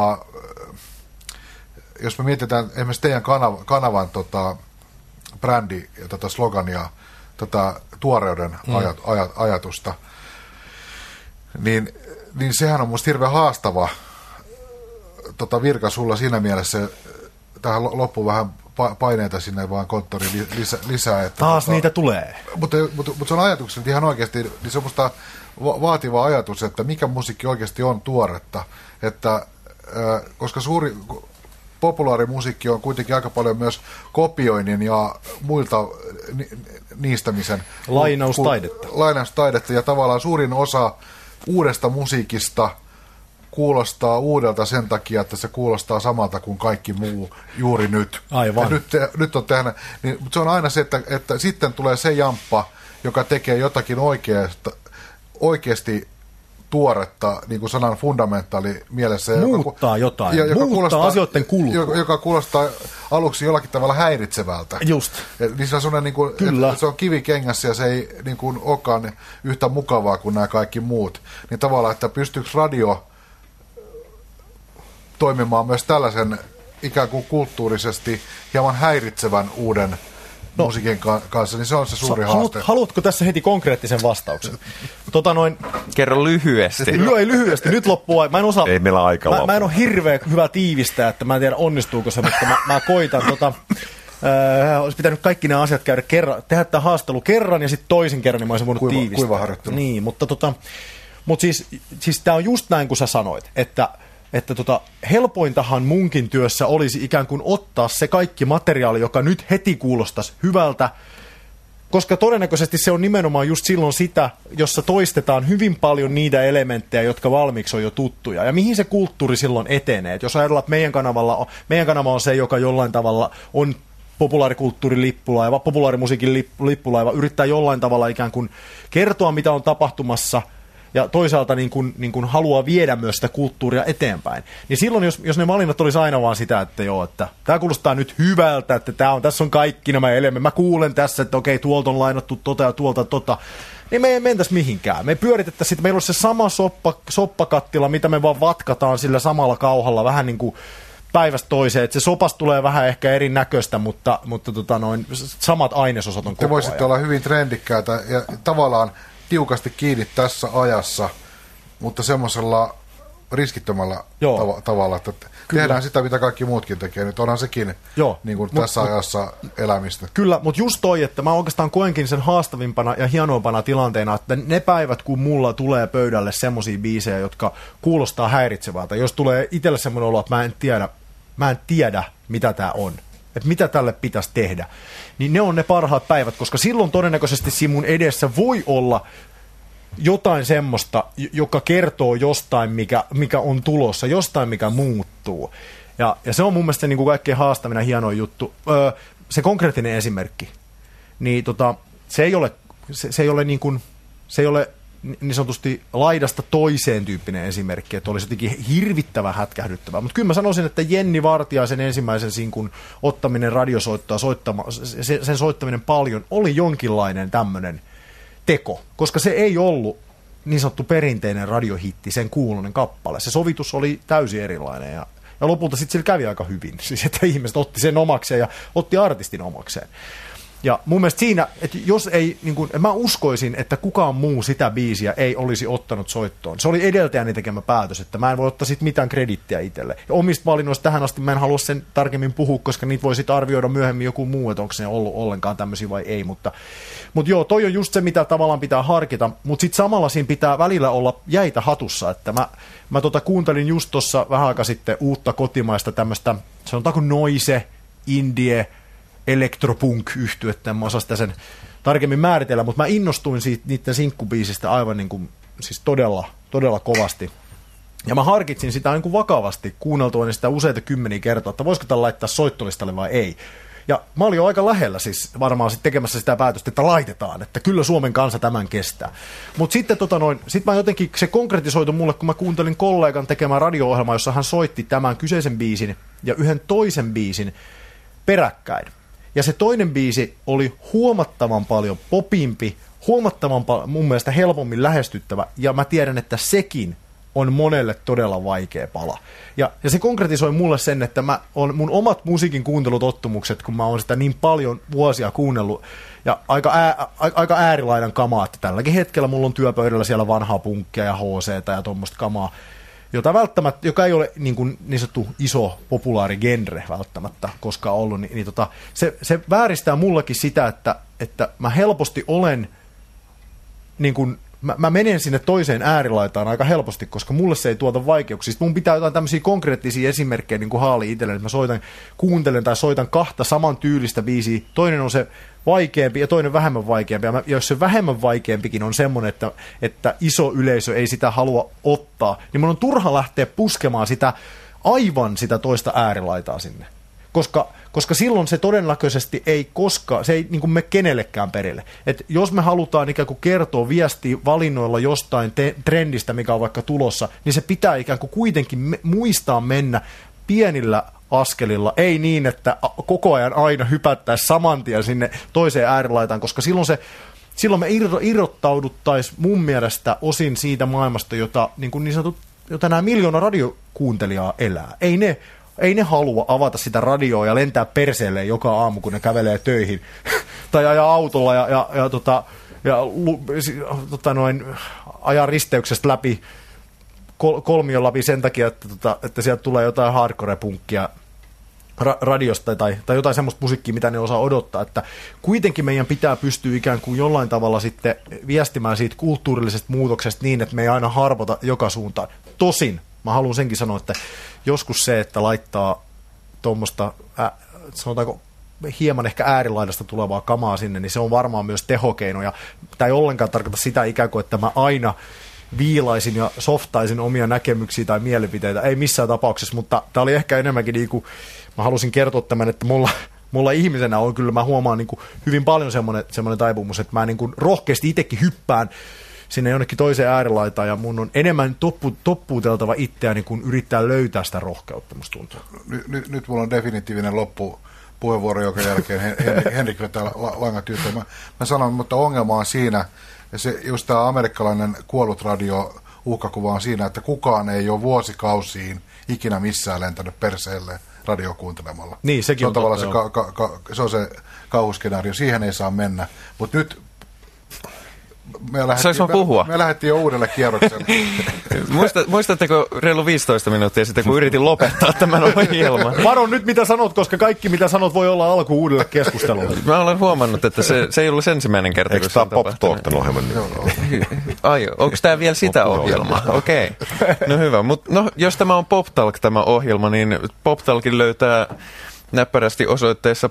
jos me mietitään esimerkiksi teidän kanavan brändi ja slogania, tuoreuden ajatusta, niin sehän on musta hirveän haastava virka sulla siinä mielessä. Tähän loppuun vähän paineita sinne vaan konttoriin lisää. Että taas niitä tulee. Mutta se on ajatuksena ihan oikeasti, niin se on musta vaativa ajatus, että mikä musiikki oikeasti on tuoretta. Että, koska suuri populaarimusiikki on aika paljon myös kopioinnin ja muilta niistämisen. Lainaustaidetta. Ja tavallaan suurin osa uudesta musiikista kuulostaa uudelta sen takia, että se kuulostaa samalta kuin kaikki muu juuri nyt. Aivan. Nyt on tehnyt, niin, mutta se on aina se, että sitten tulee se jamppa, joka tekee jotakin oikeasti tuoretta, niin kuin sanan fundamentaali mielessä. Muuttaa jotain, muuttaa asioiden kulkua. Joka kuulostaa aluksi jollakin tavalla häiritsevältä. Just. Niin se on sellainen, niin kuin, että se on kivikengässä ja se ei niin kuin olekaan yhtä mukavaa kuin nämä kaikki muut. Niin tavallaan, että pystyykö radio toimimaan myös tällaisen ikään kuin kulttuurisesti hieman häiritsevän uuden musiikin kanssa, niin se on se suuri haaste. Haluatko tässä heti konkreettisen vastauksen? Kerro lyhyesti. Ei lyhyesti, nyt loppuu. Mä en osaa. Ei meillä aika loppua. Mä en ole hirveän hyvä tiivistää, että mä en tiedä onnistuuko se, mutta mä koitan. Olisi pitänyt kaikki nämä asiat tehdä tämä haastelu kerran ja sitten toisen kerran, niin mä olisin voinut tiivistää. Kuivaharjoittelu. Niin, mutta siis tämä on just näin kuin sä sanoit, että helpointahan munkin työssä olisi ikään kuin ottaa se kaikki materiaali, joka nyt heti kuulostaisi hyvältä, koska todennäköisesti se on nimenomaan just silloin sitä, jossa toistetaan hyvin paljon niitä elementtejä, jotka valmiiksi on jo tuttuja. Ja mihin se kulttuuri silloin etenee? Et jos ajatellaan, että meidän kanava on se, joka jollain tavalla on populaarikulttuurin lippulaiva, populaarimusiikin lippulaiva, yrittää jollain tavalla ikään kuin kertoa, mitä on tapahtumassa, ja toisaalta niin kuin haluaa viedä myös sitä kulttuuria eteenpäin. Niin silloin, jos ne valinnat olisi aina vaan sitä, että joo, että tämä kuulostaa nyt hyvältä, että tässä on kaikki nämä elementit, mä kuulen tässä, että okei, tuolta on lainattu ja tuolta, niin me ei mentäisi mihinkään. Me pyöritettäisiin, että meillä olisi se sama soppakattila, mitä me vaan vatkataan sillä samalla kauhalla, vähän niin kuin päivästä toiseen, että se sopas tulee vähän ehkä erinäköistä, mutta samat ainesosat on koko ajan. Te voisitte olla hyvin trendikkäitä ja tavallaan tiukasti kiinni tässä ajassa, mutta semmoisella riskittömällä tavalla, että tehdään sitä, mitä kaikki muutkin tekee. Nyt onhan sekin niin kuin tässä ajassa elämistä. Kyllä, mutta just toi, että mä oikeastaan koenkin sen haastavimpana ja hienoimpana tilanteena, että ne päivät, kun mulla tulee pöydälle semmoisia biisejä, jotka kuulostaa häiritsevältä, jos tulee itselle semmoinen olo, että mä en tiedä, mitä tää on, että mitä tälle pitäisi tehdä, niin ne on ne parhaat päivät, koska silloin todennäköisesti siinä mun edessä voi olla jotain semmoista, joka kertoo jostain, mikä on tulossa, jostain, mikä muuttuu. Ja se on mun mielestä se niin kuin kaikkein haastavina hieno juttu. Se konkreettinen esimerkki, niin se ei ole niin sanotusti laidasta toiseen tyyppinen esimerkki, että olisi jotenkin hirvittävän hätkähdyttävää. Mutta kyllä mä sanoisin, että Jenni Vartiaisen ensimmäisen sinkun ottaminen radiosoittoa, sen soittaminen paljon, oli jonkinlainen tämmöinen teko, koska se ei ollut niin sanottu perinteinen radiohitti, sen kuuluinen kappale. Se sovitus oli täysin erilainen ja lopulta sitten sillä kävi aika hyvin. Siis että ihmiset otti sen omakseen ja otti artistin omakseen. Ja mun mielestä siinä, että jos ei, niin kun, mä uskoisin, että kukaan muu sitä biisiä ei olisi ottanut soittoon. Se oli edeltäjäni tekemä päätös, että mä en voi ottaa sit mitään kredittiä itselle. Ja omista valinnoista tähän asti mä en halua sen tarkemmin puhua, koska niitä voi sitten arvioida myöhemmin joku muu, että onko se ollut ollenkaan tämmöisiä vai ei. Mutta joo, toi on just se, mitä tavallaan pitää harkita, mutta sitten samalla siinä pitää välillä olla jäitä hatussa, että mä kuuntelin just tuossa vähän aika sitten uutta kotimaista tämmöistä, sanotaanko noise, indie, elektropunk-yhtyettä, en mä osaa sitä sen tarkemmin määritellä, mutta mä innostuin siitä niiden sinkkubiisistä aivan niin kuin, siis todella, todella kovasti. Ja mä harkitsin sitä niin kuin vakavasti kuunneltuani sitä useita kymmeniä kertaa, että voisiko tämän laittaa soittolistalle vai ei. Ja mä olin jo aika lähellä siis varmaan sit tekemässä sitä päätöstä, että laitetaan, että kyllä Suomen kansa tämän kestää. Mutta sitten sit mä jotenkin, se konkretisoitu mulle, kun mä kuuntelin kollegan tekemään radio-ohjelmaa, jossa hän soitti tämän kyseisen biisin ja yhden toisen biisin peräkkäin. Ja se toinen biisi oli huomattavan paljon popimpi, huomattavan mun mielestä helpommin lähestyttävä, ja mä tiedän, että sekin on monelle todella vaikea pala. Ja se konkretisoi mulle sen, että mun omat musiikin kuuntelutottumukset, kun mä oon sitä niin paljon vuosia kuunnellut, ja aika äärilaidan kamaa, että tälläkin hetkellä mulla on työpöydällä siellä vanhaa punkkia ja HC:tä ja tuommoista kamaa, joka ei ole niin sanottu iso populaari genre välttämättä koskaan ollut, se vääristää mullakin sitä, että mä helposti olen, niin kuin, mä menen sinne toiseen äärilaitaan aika helposti, koska mulle se ei tuota vaikeuksia. Sitten mun pitää jotain tämmöisiä konkreettisia esimerkkejä niin kuin haali itselleen, että mä kuuntelen tai soitan kahta saman tyylistä biisiä. Toinen on se vaikeampi ja toinen vähemmän vaikeampi. Ja jos se vähemmän vaikeampikin on semmoinen, että iso yleisö ei sitä halua ottaa, niin mun on turha lähteä puskemaan sitä toista äärilaitaa sinne. Koska silloin se todennäköisesti ei koskaan, se ei niin kuin mene kenellekään perille. Et jos me halutaan ikään kuin kertoa viestiä valinnoilla jostain trendistä, mikä on vaikka tulossa, niin se pitää ikään kuin kuitenkin muistaa mennä pienillä askelilla, ei niin, että koko ajan aina hypättäisiin saman tien sinne toiseen äärilaitaan, koska silloin me irrottauduttaisiin mun mielestä osin siitä maailmasta, jota nämä 1 miljoona radiokuuntelijaa elää. Ei ne halua avata sitä radioa ja lentää perseelleen joka aamu, kun ne kävelee töihin tai ajaa autolla ajaa risteyksestä läpi kolmion läpi sen takia, että sieltä tulee jotain hardcore-punkkia radiosta tai jotain semmoista musiikkia, mitä ne osaa odottaa, että kuitenkin meidän pitää pystyä ikään kuin jollain tavalla sitten viestimään siitä kulttuurillisesta muutoksesta niin, että me ei aina harvota joka suuntaan. Tosin, mä haluan senkin sanoa, että joskus se, että laittaa tuommoista, sanotaanko hieman ehkä äärilaidasta tulevaa kamaa sinne, niin se on varmaan myös tehokeino, ja tämä ei ollenkaan tarkoita sitä ikään kuin, että mä aina viilaisin ja softaisin omia näkemyksiä tai mielipiteitä, ei missään tapauksessa, mutta tämä oli ehkä enemmänkin niin kuin, mä halusin kertoa tämän, että mulla ihmisenä on kyllä, mä huomaan niin kuin hyvin paljon semmoinen taipumus, että mä niin kuin rohkeasti itsekin hyppään sinne jonnekin toiseen äärilaitaan, ja mun on enemmän toppuuteltava itseäni, kun yrittää löytää sitä rohkeutta, musta tuntuu. Nyt mulla on definitiivinen loppupuheenvuoro, joka jälkeen Henrik vetää langat yhteen. Mä sanon, mutta ongelma on siinä, ja se, just tämä amerikkalainen kuollut radio uhkakuva on siinä, että kukaan ei ole vuosikausiin ikinä missään lentänyt perseelle radio kuuntelemalla. Niin, sekin on tavallaan se on se kauhuskenaario, siihen ei saa mennä. Mutta nyt me lähdettiin jo uudelle kierrokselle. Muistatteko reilu 15 minuuttia sitten, kun yritin lopettaa tämän ohjelman? Varo nyt mitä sanot, koska kaikki mitä sanot voi olla alku uudelle keskustelulle. Mä olen huomannut, että se ei ollut ensimmäinen kerta. Eikö tämä Pop Talk tämän ohjelman nyt? Ai, onko tämä vielä sitä ohjelmaa? Okei. No hyvä. No, jos tämä on Pop Talk tämä ohjelma, niin Pop Talkin löytää näppärästi osoitteessa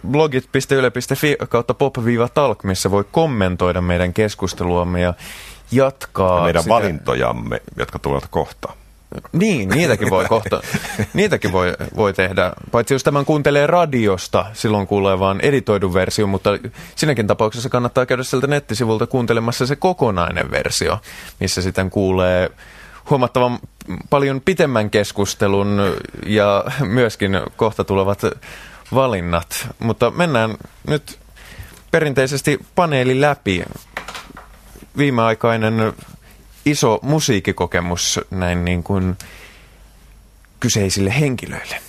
blogit.yle.fi/pop-talk, missä voi kommentoida meidän keskusteluamme ja jatkaa ja meidän sitä valintojamme, jotka tulevat kohta. Niin, niitäkin voi tehdä. Paitsi jos tämän kuuntelee radiosta, silloin kuulee vaan editoidun versio, mutta siinäkin tapauksessa kannattaa käydä sieltä nettisivulta kuuntelemassa se kokonainen versio, missä sitten kuulee huomattavan paljon pitemmän keskustelun ja myöskin kohta tulevat valinnat. Mutta mennään nyt perinteisesti paneeli läpi. Viimeaikainen iso musiikkikokemus näin niin kuin kyseisille henkilöille.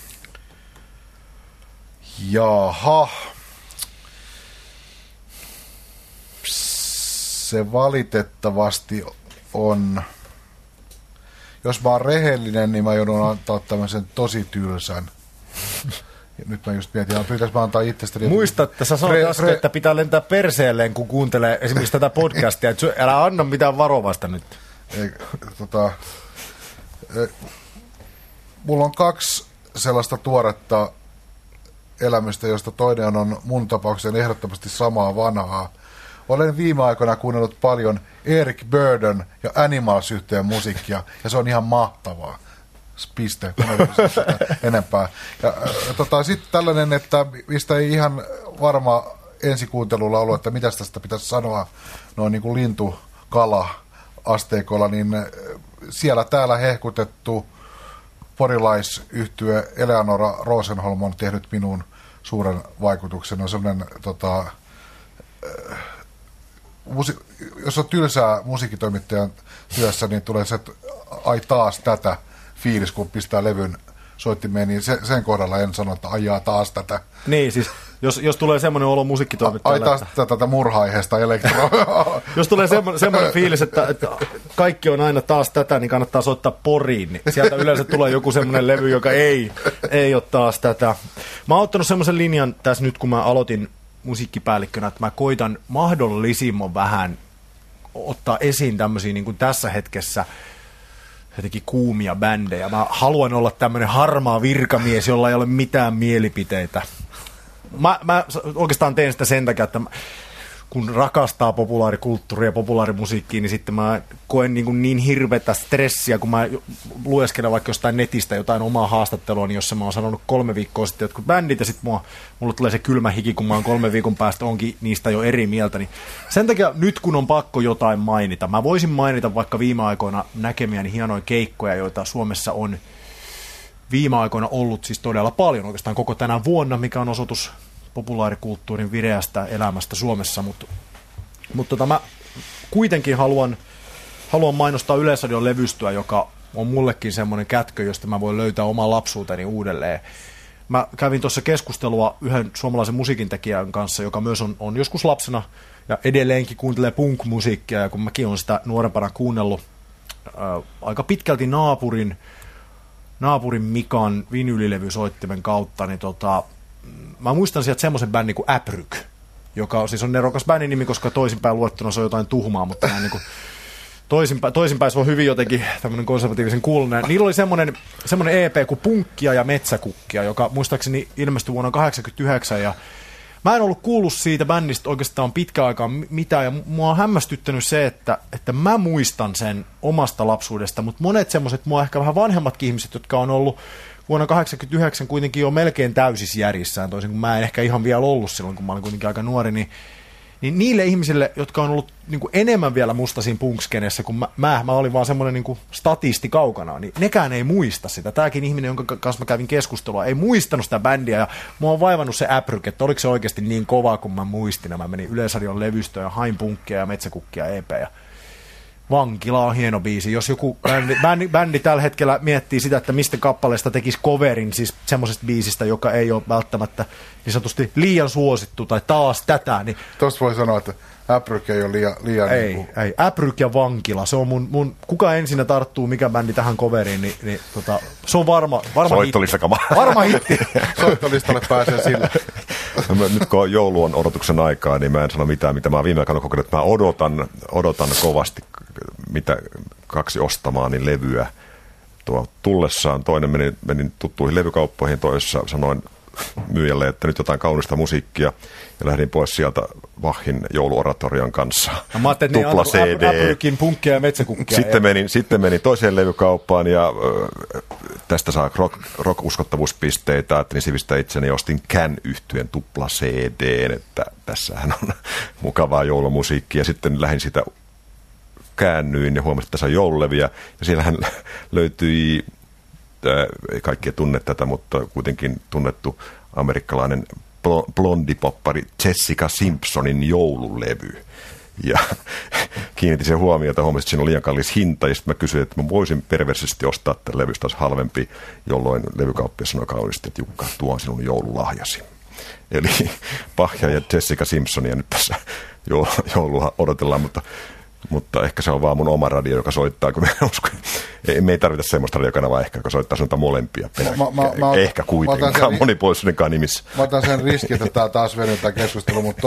Jaha. Se valitettavasti on, jos mä oon rehellinen, niin mä joudun antaa tämmöisen tosi tylsän. Ja nyt mä just mietin, pitäis mä antaa itsestäni. Muista, että sä sanoit äsken, että pitää lentää perseelleen, kun kuuntelee esimerkiksi tätä podcastia. Että älä anna mitään varovasta nyt. Mulla on 2 sellaista tuoretta elämystä, josta toinen on mun tapauksessa ehdottomasti samaa vanhaa. Olen viime aikoina kuunnellut paljon Eric Burdon ja Animals-yhtyeen musiikkia, ja se on ihan mahtavaa. Piste, enempää. Ja sitten tällainen, että mistä ei ihan varma ensikuuntelulla ollut, että mitä tästä pitäisi sanoa noin niin kuin lintukala-asteikolla, niin siellä täällä hehkutettu porilaisyhtye Eleanora Rosenholm on tehnyt minuun suuren vaikutuksen. On sellainen jos on tylsää musiikkitoimittajan työssä, niin tulee se, että ai taas tätä fiilis, kun pistää levyn soittimeen, niin sen kohdalla en sano, että ajaa taas tätä. Niin, siis jos tulee semmoinen olo musiikkitoimittajalle. Ai taas tätä murha-aiheesta elektroa. Jos tulee semmoinen fiilis, että kaikki on aina taas tätä, niin kannattaa soittaa Poriin. Niin sieltä yleensä tulee joku semmoinen levy, joka ei ole taas tätä. Mä oon ottanut semmoisen linjan tässä nyt, kun mä aloitin musiikkipäällikkönä, että mä koitan mahdollisimman vähän ottaa esiin tämmöisiä niin kuin tässä hetkessä jotenkin kuumia bändejä. Mä haluan olla tämmöinen harmaa virkamies, jolla ei ole mitään mielipiteitä. Mä oikeastaan teen sitä sen takia, että kun rakastaa populaarikulttuuria ja populaarimusiikkia, niin sitten mä koen niin hirveätä stressiä, kun mä lueskelen vaikka jostain netistä jotain omaa haastattelua, niin jossa mä oon sanonut 3 viikkoa sitten jotkut bändit, ja sitten mulla tulee se kylmä hiki, kun mä oon 3 viikon päästä onkin niistä jo eri mieltä. Niin sen takia nyt, kun on pakko jotain mainita, mä voisin mainita vaikka viime aikoina näkemiäni hienoja keikkoja, joita Suomessa on viime aikoina ollut siis todella paljon, oikeastaan koko tänä vuonna, mikä on osoitus populaarikulttuurin vireästä elämästä Suomessa, mutta mä kuitenkin haluan mainostaa Yleisradion levystyä, joka on mullekin semmoinen kätkö, josta mä voin löytää oman lapsuuteni uudelleen. mä kävin tuossa keskustelua yhden suomalaisen musiikintekijän kanssa, joka myös on joskus lapsena ja edelleenkin kuuntelee punk-musiikkia, ja kun mäkin olen sitä nuorempana kuunnellut aika pitkälti naapurin Mikan vinyylilevysoittimen kautta, niin mä muistan sieltä semmoisen bändin kuin Äpryk, joka siis on nerokas bändin nimi, koska toisinpäin luettuna se on jotain tuhmaa, mutta näin niin kuin toisinpäin se on hyvin jotenkin tämmöinen konservatiivisen kuulunen. Niillä oli semmoinen EP kuin Punkkia ja Metsäkukkia, joka muistaakseni ilmestyi vuonna 1989, ja mä en ollut kuullut siitä bändistä oikeastaan pitkään aikaan mitään, ja mua on hämmästyttänyt se, että mä muistan sen omasta lapsuudesta, mutta monet semmoiset mua ehkä vähän vanhemmatkin ihmiset, jotka on ollut vuonna 1989 kuitenkin jo melkein täysissä järjissään, toisin kuin mä en ehkä ihan vielä ollut silloin, kun mä olin kuitenkin aika nuori, niin niille ihmisille, jotka on ollut niin kuin enemmän vielä musta siinä punkskenessä kuin mä olin vaan semmoinen niin kuin statisti kaukana, niin nekään ei muista sitä. Tämäkin ihminen, jonka kanssa mä kävin keskustelua, ei muistanut sitä bändiä, ja mua on vaivannut se Äpryk, että oliko se oikeasti niin kova, kun mä muistin. Mä menin Yleisradion levystöön ja hain Punkkia ja Metsäkukkia EP:jä. Vankila on hieno biisi. Jos joku bändi tällä hetkellä miettii sitä, että mistä kappaleesta tekisi coverin, siis semmoisesta biisistä, joka ei ole välttämättä niin sanotusti liian suosittu tai taas tätä, niin tuosta voi sanoa, että Äpryk ei ole liian ei. Äpryk ja Vankila. Se on mun kuka ensinnä tarttuu, mikä bändi tähän coveriin, niin se on varma Soittolistakama. Varma hitti. Soittolistalle pääsee sillä. Nyt kun joulu on odotuksen aikaa, niin mä en sano mitään, mitä mä oon viime aikoina kokenut. Mä odotan kovasti, mitä 2 ostamaani levyä. Tullessaan toinen menin tuttuihin levykauppoihin, toisessa sanoin myyjälle, että nyt jotain kaunista musiikkia, ja lähdin pois sieltä Bachin jouluoratorian kanssa. Mä ajattelin, tupla CD. Äprykin Punkkia ja Metsäkukkia. Sitten menin toiseen levykauppaan, ja tästä saa rock-uskottavuuspisteitä, ajattelin sivistää itseni ja ostin Can-yhtyeen tupla CD:n, että tässähän on mukavaa joulumusiikkia. Sitten lähdin sitä käännyin ja huomasin, että tässä on joululeviä, ja siellähän löytyi, kaikki ei tunne tätä, mutta kuitenkin tunnettu amerikkalainen blondipoppari Jessica Simpsonin joululevy. Ja kiinnitin sen huomiota, huomasin, että siinä on liian kallis hinta, ja sitten mä kysyin, että mä voisin perversisti ostaa tämän levystä taas halvempi, jolloin levykauppias sanoi kauniisti, että Jukka, tuo on sinun joululahjasi. Eli Bachia ja Jessica Simpsonia nyt tässä joulua odotellaan, mutta ehkä se on vaan mun oma radio, joka soittaa, kun me ei tarvita semmoista radiokanavaa ehkä, joka soittaa sanotaan molempia. Ehkä kuitenkaan monipuolisuudenkaan nimissä. Mä otan sen riskin, että tää taas venytään keskustelu, mutta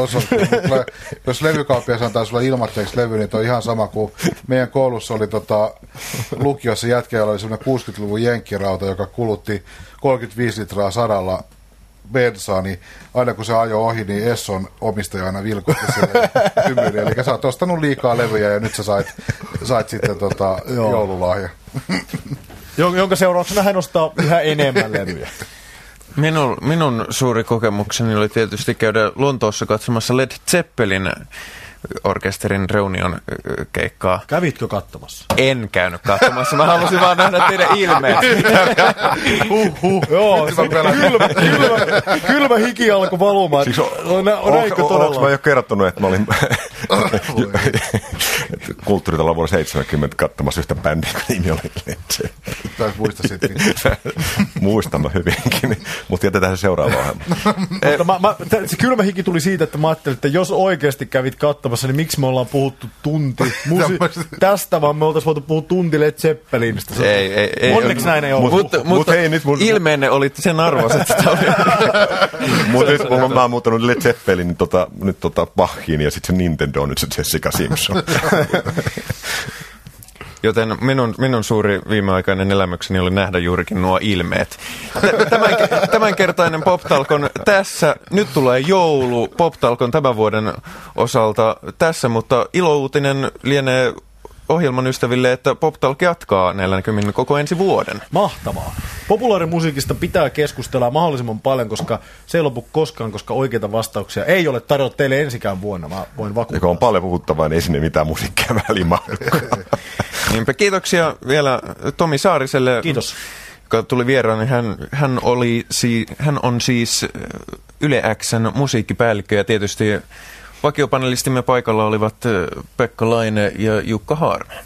jos levykauppias antaa sulle ilmatteeksi levy, niin on ihan sama kuin meidän koulussa oli lukiossa jätkä, jolla oli semmoinen 60-luvun jenkkirauta, joka kulutti 35 litraa 100 bensaa, niin aina kun se ajoi ohi, niin Esson omistaja aina vilkutti sille hymyili. Eli sä oot ostanut liikaa levyjä ja nyt sä sait sitten joululahja. Jonka seurauksena hän ostaa yhä enemmän levyjä. Minun suuri kokemukseni oli tietysti käydä Lontoossa katsomassa Led Zeppelin orkesterin Reunion keikkaa. Kävitkö katsomassa? En käynyt katsomassa. Mä halusin vaan nähdä teidän ilmeet. Joo, kylmä hiki alkoi valumaan. Onko mä jo kertonut, että mä olin kulttuuritalolla vuonna 70 katsomassa yhtä bändiä, kun nimi oli Led Zeppelin. Tai muista sitten. Muistan mä hyvinkin, mutta jätetään se seuraava ohjelma. Se kylmä hiki tuli siitä, että mä ajattelin, että jos oikeasti kävit katsomassa, niin miksi me ollaan puhuttu tunti tästä, vaan me oltaisiin voitu puhua tunti Led Zeppelinistä. Ei. Onneksi näin ei ollut. Mutta ilmeenne oli sen arvoiset. Mutta nyt mä oon muuttanut Led Zeppelin nyt Bachiin ja sitten se Nintendo on nyt se Jessica Simpson. Joten minun suuri viimeaikainen elämykseni oli nähdä juurikin nuo ilmeet. Tämänkertainen PopTalkon tässä. Nyt tulee joulu PopTalkon tämän vuoden osalta tässä, mutta ilouutinen lienee ohjelman ystäville, että PopTalk jatkaa 40 koko ensi vuoden. Mahtavaa. Populaarimusiikista pitää keskustella mahdollisimman paljon, koska se ei lopu koskaan, koska oikeita vastauksia ei ole tarjota teille ensikään vuonna. Mä voin vakuuttaa. Joka on paljon puhuttavaa, niin ei sinne mitään musiikkia välimahdu. Niinpä kiitoksia vielä Tomi Saariselle. Kiitos. Joka tuli vieraan, niin hän on siis Yle X:n musiikkipäällikkö ja tietysti vakiopanelistimme paikalla olivat Pekka Laine ja Jukka Haarme.